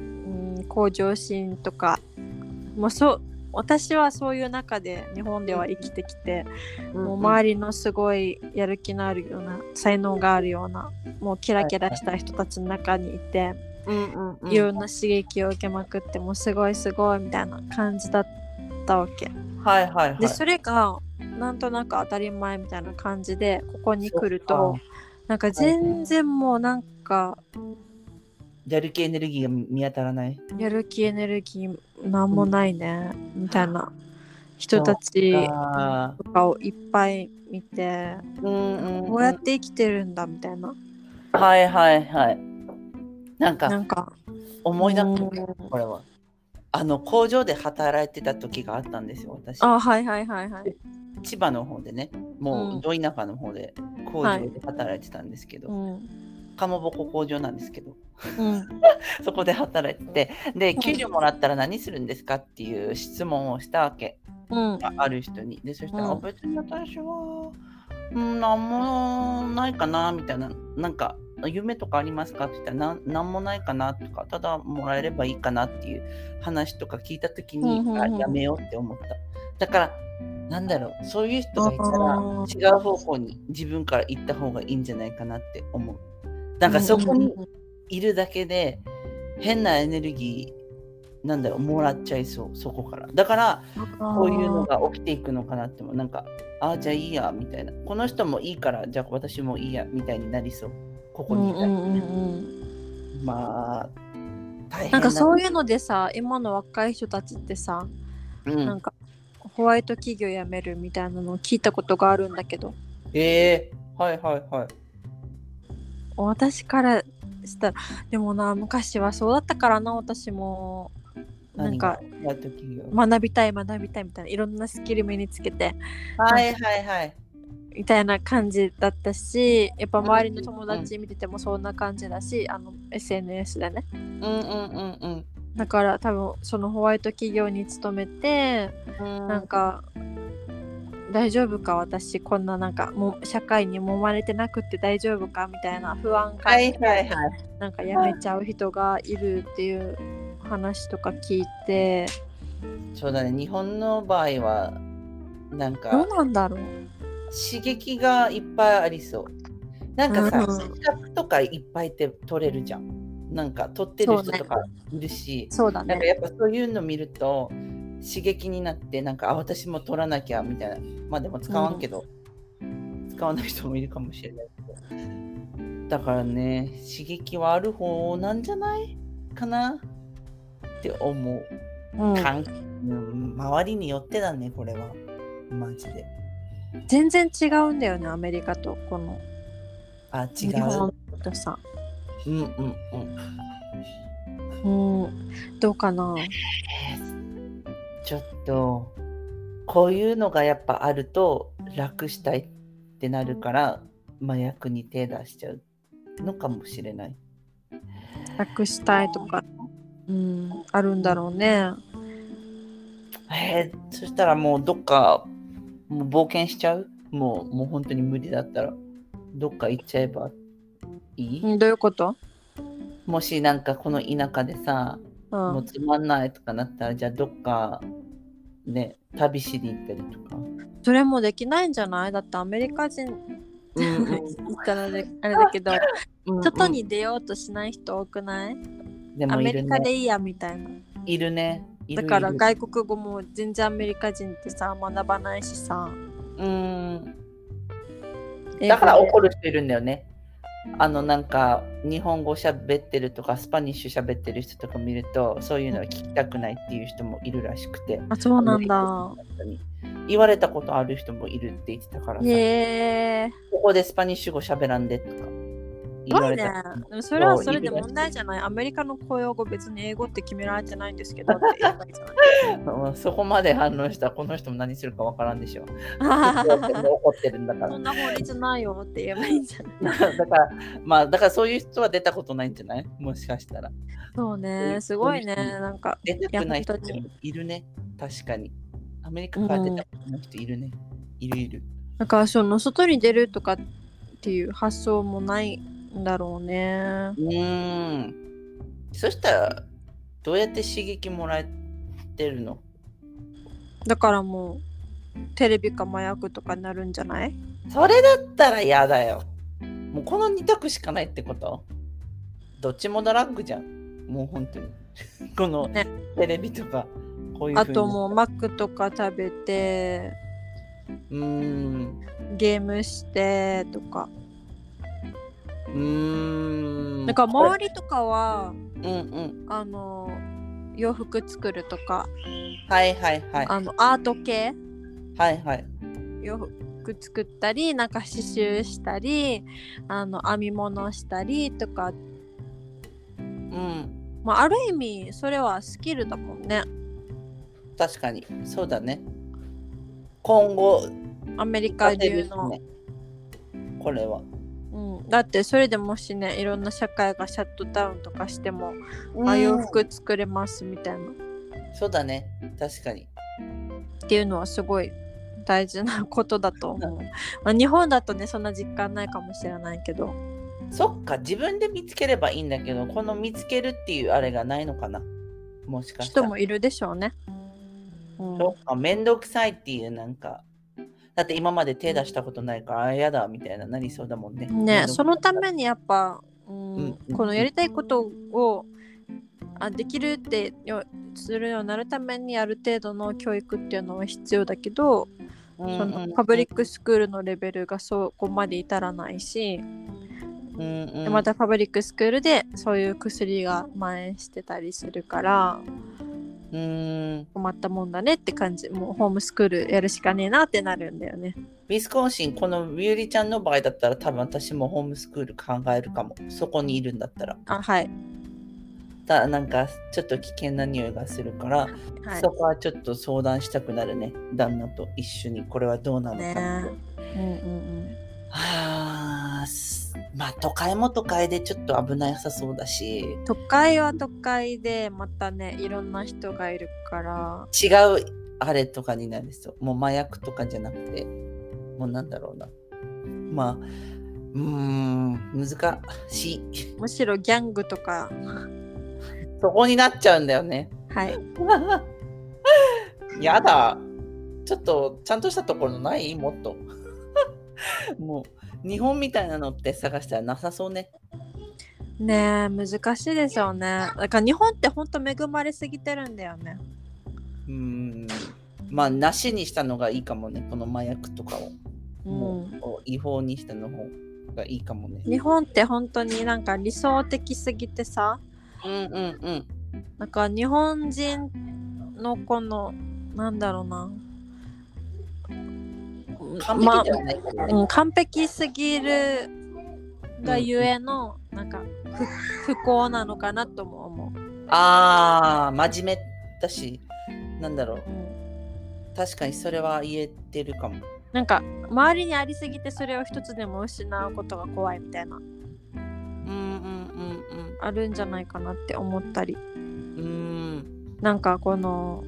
向上心とかもうそう私はそういう中で日本では生きてきて、うん、もう周りのすごいやる気のあるような才能があるようなもうキラキラした人たちの中にいて、うんうんうん、いろんな刺激を受けまくってもうすごいすごいみたいな感じだったわけ。 はいはいはい。 でそれがなんとなく当たり前みたいな感じでここに来るとなんか全然もうなんかやる気エネルギーが見当たらない。 やる気エネルギーなんもないね、うん、みたいな人たちとかをいっぱい見て、うんうんうん、こうやって生きてるんだみたいな。 はいはいはい。なんかなんか思い出す、これはあの工場で働いてた時があったんですよ私。 あ、はいはいはいはい。 千葉の方でね、もうど田舎の方で工場で働いてたんですけど、はい、かまぼこ工場なんですけど、うん、そこで働いてて、で給料もらったら何するんですかっていう質問をしたわけ、うん、ある人に。でそしたら、うん、別に私は、うん、何もないかなみたいな、なんか夢とかありますかって言ったら何もないかなとか、ただもらえればいいかなっていう話とか聞いた時に、うんうんうん、あやめようって思った。だからなんだろう、そういう人がいたら違う方向に自分から行った方がいいんじゃないかなって思う。なんかそこにいるだけで変なエネルギーなんだろうもらっちゃいそう、そこから。だからこういうのが起きていくのかなっても、なんかあじゃあいいやみたいな、この人もいいからじゃあ私もいいやみたいになりそう。ここにいたら、うんうんうん、まあ大変なんかそういうのでさ、今の若い人たちってさ、うん、なんかホワイト企業辞めるみたいなのを聞いたことがあるんだけど。 えー、はいはいはい。 私からしたらでもな、昔はそうだったからな。私もなんか学びたい学びたいみたいな、いろんなスキル身につけて、 はいはいはいみたいな感じだったし、やっぱ周りの友達見ててもそんな感じだし、あの エスエヌエス でね、うんうんうんうん、だから多分そのホワイト企業に勤めて、うん、なんか大丈夫か私こんななんかもう社会に揉まれてなくって大丈夫かみたいな不安感で、はいはいはい、なんか辞めちゃう人がいるっていう話とか聞いて。 そうだね、日本の場合はなんかどうなんだろう、 刺激がいっぱいありそう。なんかさ、資格とかいっぱいって取れるじゃん。 なんか取ってる人とかいるし、 そうだね。 なんかやっぱそういうの見ると刺激になって、なんかあ私も取らなきゃみたいな。まあでも使わんけど、うん、使わない人もいるかもしれないけど。だからね、刺激はある方なんじゃないかなって思う。うん、周りによってだね、これは。マジで。 全然違うんだよね、アメリカとこの。 あ、違う。 日本とさ。 うんうんうん。うん、どうかな。 ちょっと、こういうのがやっぱあると楽したいってなるから、麻薬に手出しちゃうのかもしれない。 楽したいとか、うん、あるんだろうね。 えー、そしたらもうどっかもう冒険しちゃう？もうもう本当に無理だったらどっか行っちゃえばいい？ どういうこと？ もしなんかこの田舎でさ、うん、もうつまんないとかなったら、じゃあどっかね旅しに行ったりとか。 それもできないんじゃない？だってアメリカ人言ったらあれだけどうん、外に出ようとしない人多くない？でもいるね、アメリカでいいやみたいな。 いるね。いるだから外国語も全然アメリカ人ってさ学ばないしさ。 うーん。だから怒る人いるんだよね。あのなんか日本語喋ってるとかスパニッシュ喋ってる人とか見ると、そういうのは聞きたくないっていう人もいるらしくて。 あ、そうなんだ。 言われたことある人もいるって言ってたからさ。 へー。 ここでスパニッシュ語喋らんでとか言われた。 ね、それはそれで問題じゃない。アメリカの公用語別に英語って決められてないんですけどって言えばいいじゃない。 そこまで反応したらこの人も何するかわからんでしょ。怒ってるんだから。 そんな法律ないよって言えばいいんじゃない。 だからまあだからそういう人は出たことないんじゃない？もしかしたら。 そうね、すごいね。なんか出たくない人いるね。確かに。アメリカから出たことない人いるね。うん、いるいる。 だからその外に出るとかっていう発想もないんだろうね。 うーん。そしたらどうやって刺激もらえてるの？ だからもうテレビか麻薬とかになるんじゃない？ それだったら嫌だよ。もうこのに択しかないってこと？どっちもドラッグじゃん。もう本当にこのテレビとか、ね、こういう風に。 あともうマックとか食べて、 うーん、 ゲームしてとか。 うーん。 なんか周りとかは、 うんうん、 あの洋服作るとか、 はいはいはい。 あのアート系、 はいはい。 洋服作ったり、なんか刺繍したり、あの編み物したりとか。 うん。 まあある意味それはスキルだもんね。 確かにそうだね。今後アメリカ流の、 ね、これは。 うん、だってそれでもしね、いろんな社会がシャットダウンとかしても、うん、あ洋服作れますみたいな。 そうだね、確かに。 っていうのはすごい大事なことだと思う。まあ、日本だとねそんな実感ないかもしれないけど。 そっか、自分で見つければいいんだけど、この見つけるっていうあれがないのかな、もしかしたら。 人もいるでしょうね。 うん、そっか、めんどくさいっていう、なんかだって今まで手出したことないからあやだみたいななりそうだもんね。 ね、そのためにやっぱ、うんうんうん、このやりたいことをあできるってするようになるためにある程度の教育っていうのは必要だけど、うんうんうん、そのパブリックスクールのレベルがそこまで至らないし、うんうん、でまたパブリックスクールでそういう薬が蔓延してたりするから、うーん困ったもんだねって感じ。もうホームスクールやるしかねえなってなるんだよね。 ウィスコンシン、このみゆりちゃんの場合だったら多分私もホームスクール考えるかも。そこにいるんだったら。 あ、はい。 だなんかちょっと危険な匂いがするから、はい、そこはちょっと相談したくなるね。旦那と一緒にこれはどうなのかって。ね、うんうんうん。はあ、まあ都会も都会でちょっと危なさそうだし。 都会は都会でまたねいろんな人がいるから違うあれとかになるんですよ。もう麻薬とかじゃなくて、もうなんだろうな。まあうーん難しい。 むしろギャングとかそこになっちゃうんだよね。 はい。 やだ。ちょっとちゃんとしたところないもっと。もう日本みたいなのって探したらなさそうね。 ねえ難しいですよね。だから日本ってほんと恵まれすぎてるんだよね。 うーんまあなしにしたのがいいかもね、この麻薬とかを、うん、もう違法にしたの方がいいかもね。 日本って本当になんか理想的すぎてさ、 うんうんうん、 なんか日本人のこのなんだろうな、 完璧ではない、 まあうん、完璧すぎるがゆえの、うん、なんか不, 不幸なのかなとも思う。 ああ真面目だし、なんだろう、うん、確かにそれは言えてるかも。 なんか周りにありすぎてそれを一つでも失うことが怖いみたいな、うんうんうんうん、 あるんじゃないかなって思ったり、 うん、 なんかこの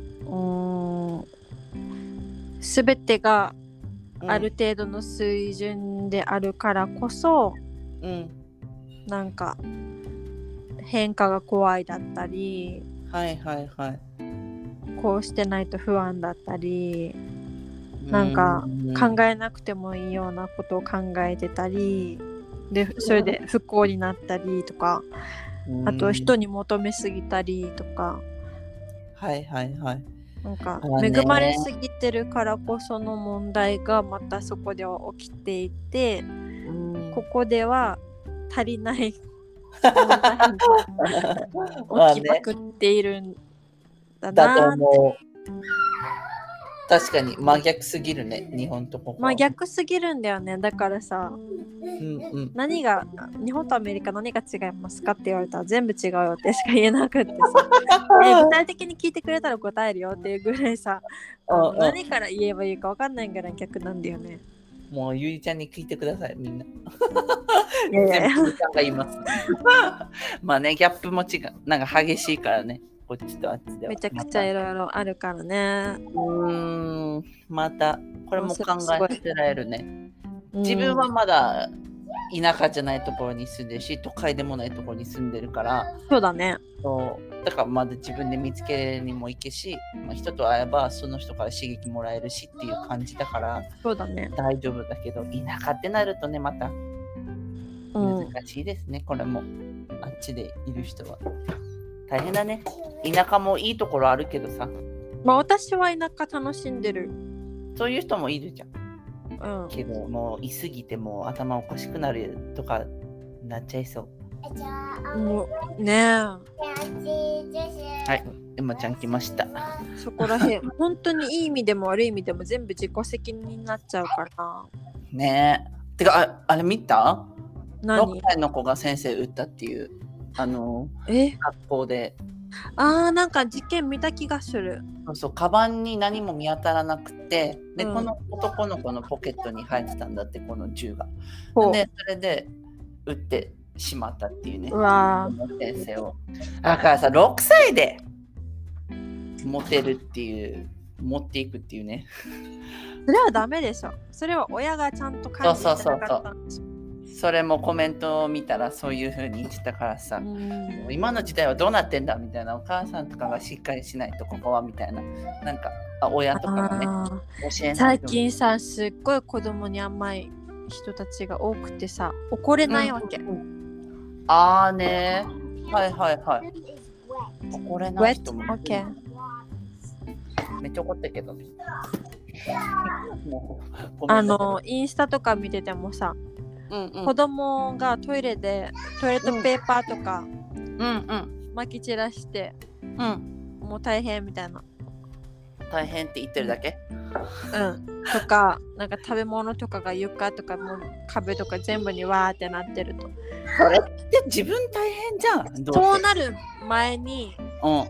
すべてがある程度の水準であるからこそ、うん、なんか変化が怖いだったり、 はいはいはい、 こうしてないと不安だったり、なんか考えなくてもいいようなことを考えてたりで、それで不幸になったりとか、あと人に求めすぎたりとか、 はいはいはい、 なんか恵まれすぎてるからこその問題がまたそこでは起きていて、うん、ここでは足りない問題が起きまくっているんだなって。 確かに真逆すぎるね、日本とここ。 真逆すぎるんだよね。だからさ、うんうん、何が日本とアメリカ何が違いますかって言われたら全部違うよってしか言えなくってさえ具体的に聞いてくれたら答えるよっていうぐらいさ、あの何から言えばいいか分かんないぐらい逆なんだよね。 もうゆりちゃんに聞いてくださいみんな。いやいやゆりちゃんが言いますまあね、ギャップも違う、なんか激しいからね、こっちとあっちではめちゃくちゃいろいろあるからね。 うーんまたこれも考えてられるね。自分はまだ田舎じゃないところに住んでるし、都会でもないところに住んでるから、 そうだね。 そうだからまだ自分で見つけにも行けし、まあ、人と会えばその人から刺激もらえるしっていう感じだから、 そうだね、 大丈夫だけど、田舎ってなるとねまた難しいですね、うん、これもあっちでいる人は大変だね。田舎もいいところあるけどさ、 まあ私は田舎楽しんでる。 そういう人もいるじゃん、 うん、 けどもういすぎてもう頭おかしくなるとかなっちゃいそう。 もうねえ、はい、エマちゃん来ました。 そこらへん本当にいい意味でも悪い意味でも全部自己責任になっちゃうからねえ。てか あ, あれ見た？ 何？ ろくさいの子が先生撃ったっていうあのえ学校で。 あーなんか事件見た気がする。 そうそう、カバンに何も見当たらなくて、で、うん、この男の子のポケットに入ってたんだって、この銃が。でそれで撃ってしまったっていうね。 うわ先生を。だからさ、ろくさいで持てるっていう持っていくっていうね。 それはダメでしょ。それは親がちゃんと管理してなかったんでしょ。 そうそうそうそう。それもコメントを見たらそういう風に言ってたからさ、うん今の時代はどうなってんだみたいな、お母さんとかがしっかりしないとここはみたいな、なんかあ親とかもね教えないと。 最近さすっごい子供に甘い人たちが多くてさ、怒れないわけ、うん、 あーねーはいはいはい怒れない人も、 okay. めっちゃ怒ったけどねもうあのインスタとか見ててもさ、うんうん、子供がトイレでトイレットペーパーとか撒き散らして、うん、もう大変みたいな。 大変って言ってるだけ？ うんとかなんか食べ物とかが床とかも壁とか全部にわーってなってると、 それって自分大変じゃん。 どうそうなる前に、うん、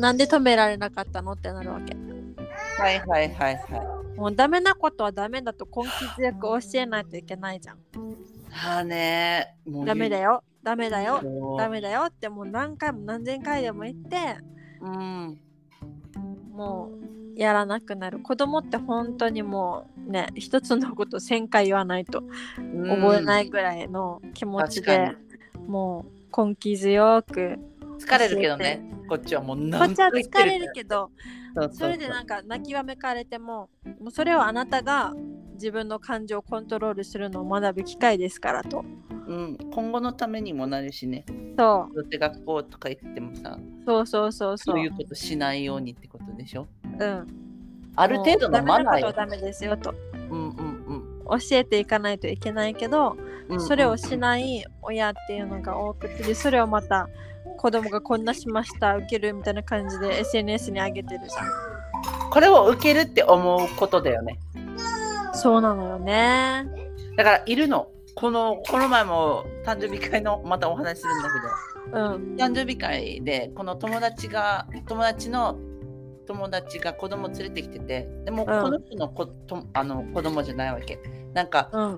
なんで止められなかったのってなるわけ。 はいはいはいはい。 もうダメなことはダメだと根気強く教えないといけないじゃん。 はあねー、もうダメだよダメだよダメだよってもう何回も何千回でも言って、うん、もうやらなくなる。子供って本当にもうね、一つのこと千回言わないと覚えないぐらいの気持ちで、もう根気強く。 疲れるけどね、こっちはもう何回言ってる。こっちは疲れるけど、そうそうそう、それでなんか泣きわめかれても、もうそれはあなたが自分の感情をコントロールするのを学ぶ機会ですからと。 うん、今後のためにもなるしね。 そう。 どうせ学校とか行ってもさ、 そうそうそうそう。 そういうことしないようにってことでしょ。 うん。 ある程度のマナーよ。 ダメなことはダメですよと。 うんうんうん。 教えていかないといけないけど、 うんうん、 それをしない親っていうのが多くて、それをまた子供がこんなしました受けるみたいな感じで エスエヌエス に上げてるじゃん。 これを受けるって思うことだよね。 そうなのよね。 だからいるの。このこの前も誕生日会のまたお話するんだけど、うん、誕生日会でこの友達が友達の友達が子供連れてきてて、でもこの人の 子,、うん、とあの子供じゃないわけ。なんか、うん、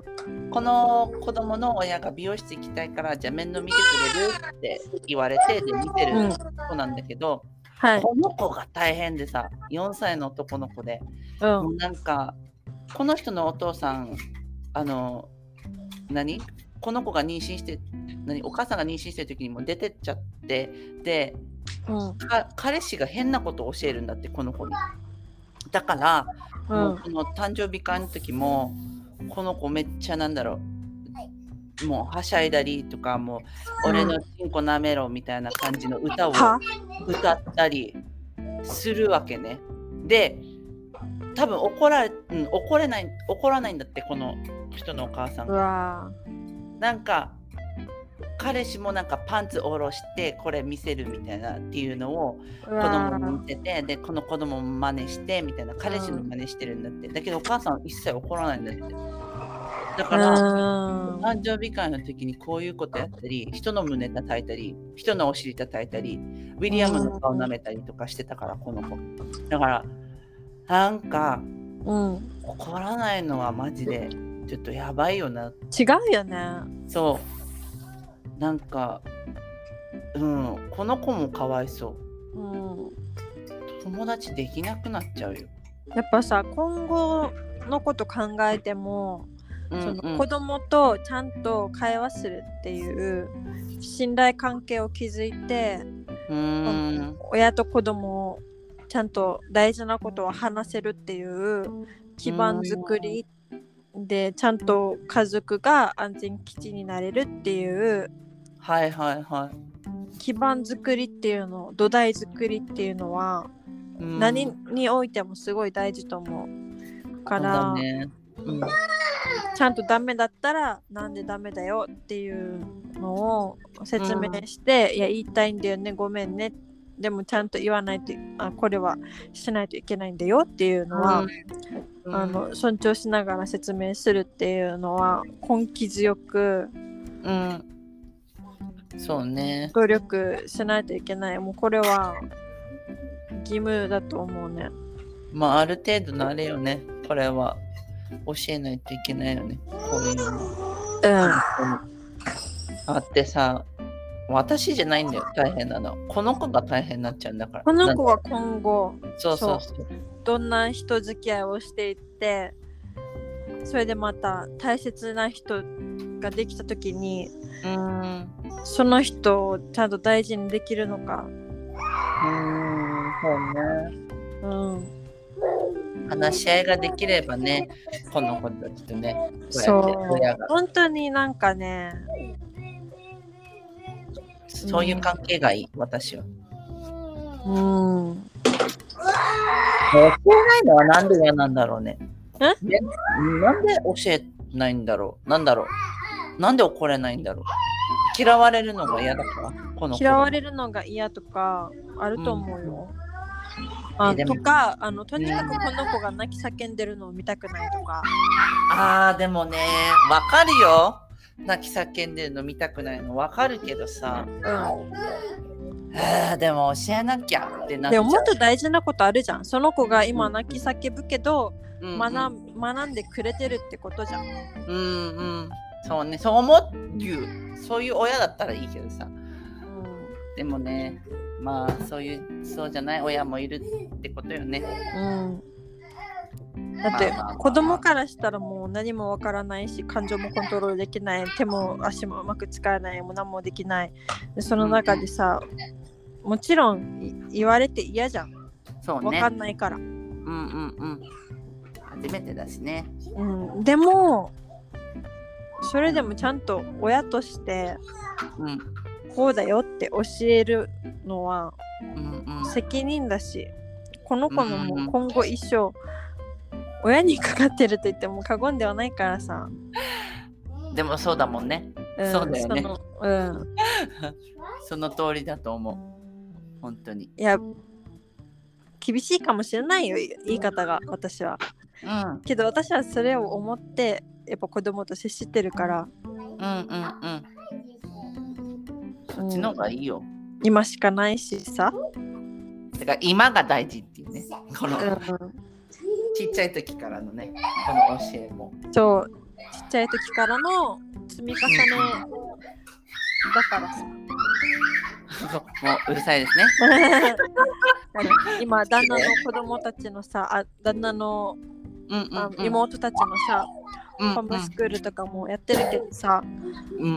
この子供の親が美容室行きたいからじゃあ面倒見てくれるって言われてで見てる子なんだけど、うんはい、この子が大変でさ、よんさいの男の子で、うん、もうなんかこの人のお父さんあの何この子が妊娠して何お母さんが妊娠してる時にも出てっちゃってで、うん、彼氏が変なことを教えるんだってこの子に。だから、うん、もうこの誕生日会の時もこの子めっちゃなんだろうもうはしゃいだりとかもう、うん、俺のチンコなめろみたいな感じの歌を歌ったりするわけね。で多分怒られ、うん、怒れない怒らないんだってこの人のお母さんが。なんか彼氏もなんかパンツ下ろしてこれ見せるみたいなっていうのを子供に見せてでこの子供も真似してみたいな彼氏の真似してるんだって。だけどお母さんは一切怒らないんだって。だから誕生日会の時にこういうことやったり人の胸叩いたり人のお尻叩いたりウィリアムの顔舐めたりとかしてたからこの子。だからなんか、うん、怒らないのはマジでちょっとやばいよな。 違うよね。 そうなんか、うん、この子もかわいそう、うん、友達できなくなっちゃうよ。 やっぱさ今後のこと考えても、うんうん、その子供とちゃんと会話するっていう信頼関係を築いて、うん、親と子供をちゃんと大事なことを話せるっていう基盤作りでちゃんと家族が安全基地になれるっていうはいはいはい基盤作りっていうの土台作りっていうのは何においてもすごい大事と思うから、ねうん、ちゃんとダメだったらなんでダメだよっていうのを説明して、うん、いや言いたいんだよねごめんねでもちゃんと言わないとあこれはしないといけないんだよっていうのは、うん、あの尊重しながら説明するっていうのは根気強く、 うん、そうね努力しないといけない。もうこれは義務だと思うね。 まあある程度のあれよねこれは教えないといけないよねこういうの。うんあってさ私じゃないんだよ大変なのこの子が大変になっちゃうんだから。 この子は今後そうそうそうどんな人付き合いをしていってそれでまた大切な人ができた時にうんその人をちゃんと大事にできるのか。 うんそうねうん話し合いができればねこの子たちとねこうやって親が本当になんかねそういう関係がいい、うん、私は。うん。教えないのはなんで嫌なんだろうね。え？なんで教えないんだろう。なんだろう。なんで怒れないんだろう。嫌われるのが嫌だから。この嫌われるのが嫌とかあると思うよ。うん、あとかあのとにかくこの子が泣き叫んでるのを見たくないとか。 あーでもねわかるよ。泣き叫んでるの見たくないの分かるけどさ、うん、あでも教えなきゃってなっちゃう。 でももっと大事なことあるじゃん。その子が今泣き叫ぶけど、うん、学, 学んでくれてるってことじゃん。 うんうんそうねそう思うそういう親だったらいいけどさ、うん、でもねまあそういうそうじゃない親もいるってことよね。うんだって子供からしたらもう何もわからないし感情もコントロールできない手も足もうまく使えないもう何もできないでその中でさ、うん、もちろん言われて嫌じゃん。そうねわかんないからうんうんうん初めてだしね、 うん、でもそれでもちゃんと親として、 うん、 こうだよって教えるのはうんうん、 責任だし、この子のもう今後一生親にかかってると言っても過言ではないからさ。 でもそうだもんね。うん、そうだよね。その、 うん、 その通りだと思う。本当に。 いや、厳しいかもしれないよ、言い方が、私は。うん、けど私はそれを思ってやっぱ子供と接してるから。 うんうんうん。そっちの方がいいよ。 うん、今しかないしさ。 だから今が大事っていうね。この、うん、ちっちゃい時からのね、この教えも。 そう、ちっちゃい時からの積み重ねだからさ。 もううるさいですね。 今旦那の子供たちのさ、あ旦那の、うんうんうん、あの妹たちのさ、うんうん、ホームスクールとかもやってるけどさ、うんうんうん、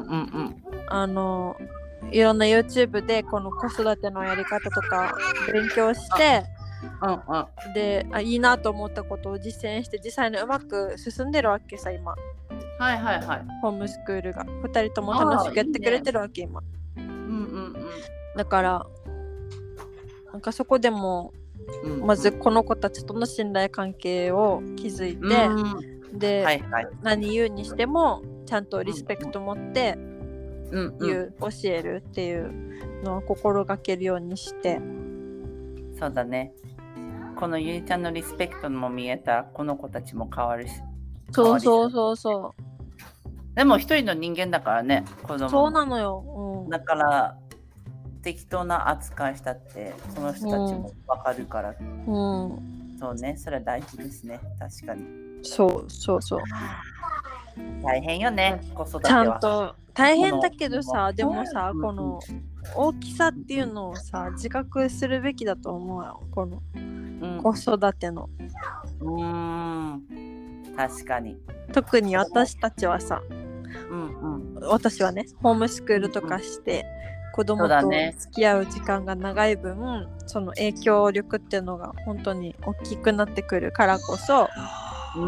あのいろんな YouTube でこの子育てのやり方とか勉強して、うんうん、であいいなと思ったことを実践して実際にうまく進んでるわけさ今。 はいはいはい。 ホームスクールがふたりとも楽しくやってくれてるわけ今。うんうんうん。だからなんかそこでも、うんうん、まずこの子たちとの信頼関係を築いて、うん、で、はいはい、何言うにしてもちゃんとリスペクト持って言う、うんうん、教えるっていうのを心がけるようにして。 そうだね。このゆりちゃんのリスペクトも見えたこの子たちも変わるし。 そうそうそうそう。 でも一人の人間だからね、子供。 そうなのよ。うん、 だから適当な扱いしたってその人たちも分かるから、うんうん、そうね、それは大事ですね。確かに。 そうそうそう。 大変よね、子育ては。 ちゃんと大変だけどさ、でもさ、うん、この大きさっていうのをさ自覚するべきだと思うよ、この子育ての。 うーん、確かに。 特に私たちはさ、うんうん、私はねホームスクールとかして、うん、子供と付き合う時間が長い分 そ,、ね、その影響力っていうのが本当に大きくなってくるからこそ、 うん、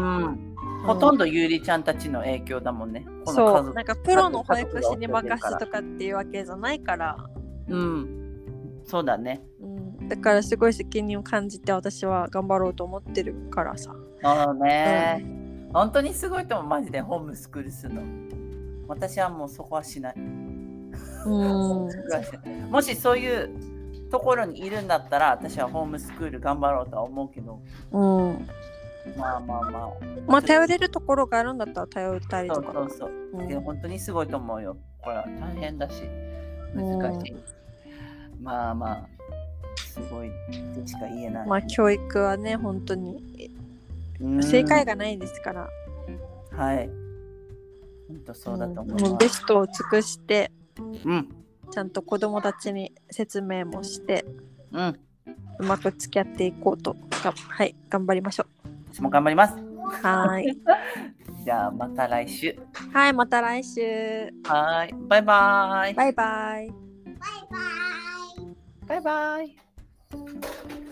ほとんどゆりちゃんたちの影響だもんね。 このそうなんかプロの保育士に任せとかっていうわけじゃないから。 うん、そうだね、 うん、だからすごい責任を感じて私は頑張ろうと思ってるからさ。 そうね、うん、本当にすごいと思う。マジでホームスクールするの。私はもうそこはしない。うんもしそういうところにいるんだったら私はホームスクール頑張ろうとは思うけど、うん、まあまあまあまあ頼れるところがあるんだったら頼ったりとか。 そうそうそう、うん、で本当にすごいと思うよ。これは大変だし難しい、うん、まあまあすごいでしか言えない。 まあ教育はね本当に正解がないですから。 はい、本当そうだと思います。 もうベストを尽くして、 うん、 ちゃんと子供たちに説明もして、 うん、 うまく付き合っていこうとはい頑張りましょう。 私も頑張ります。 はいじゃあまた来週。 はいまた来週。 はいバイバイバイバイバイバイバイバイ。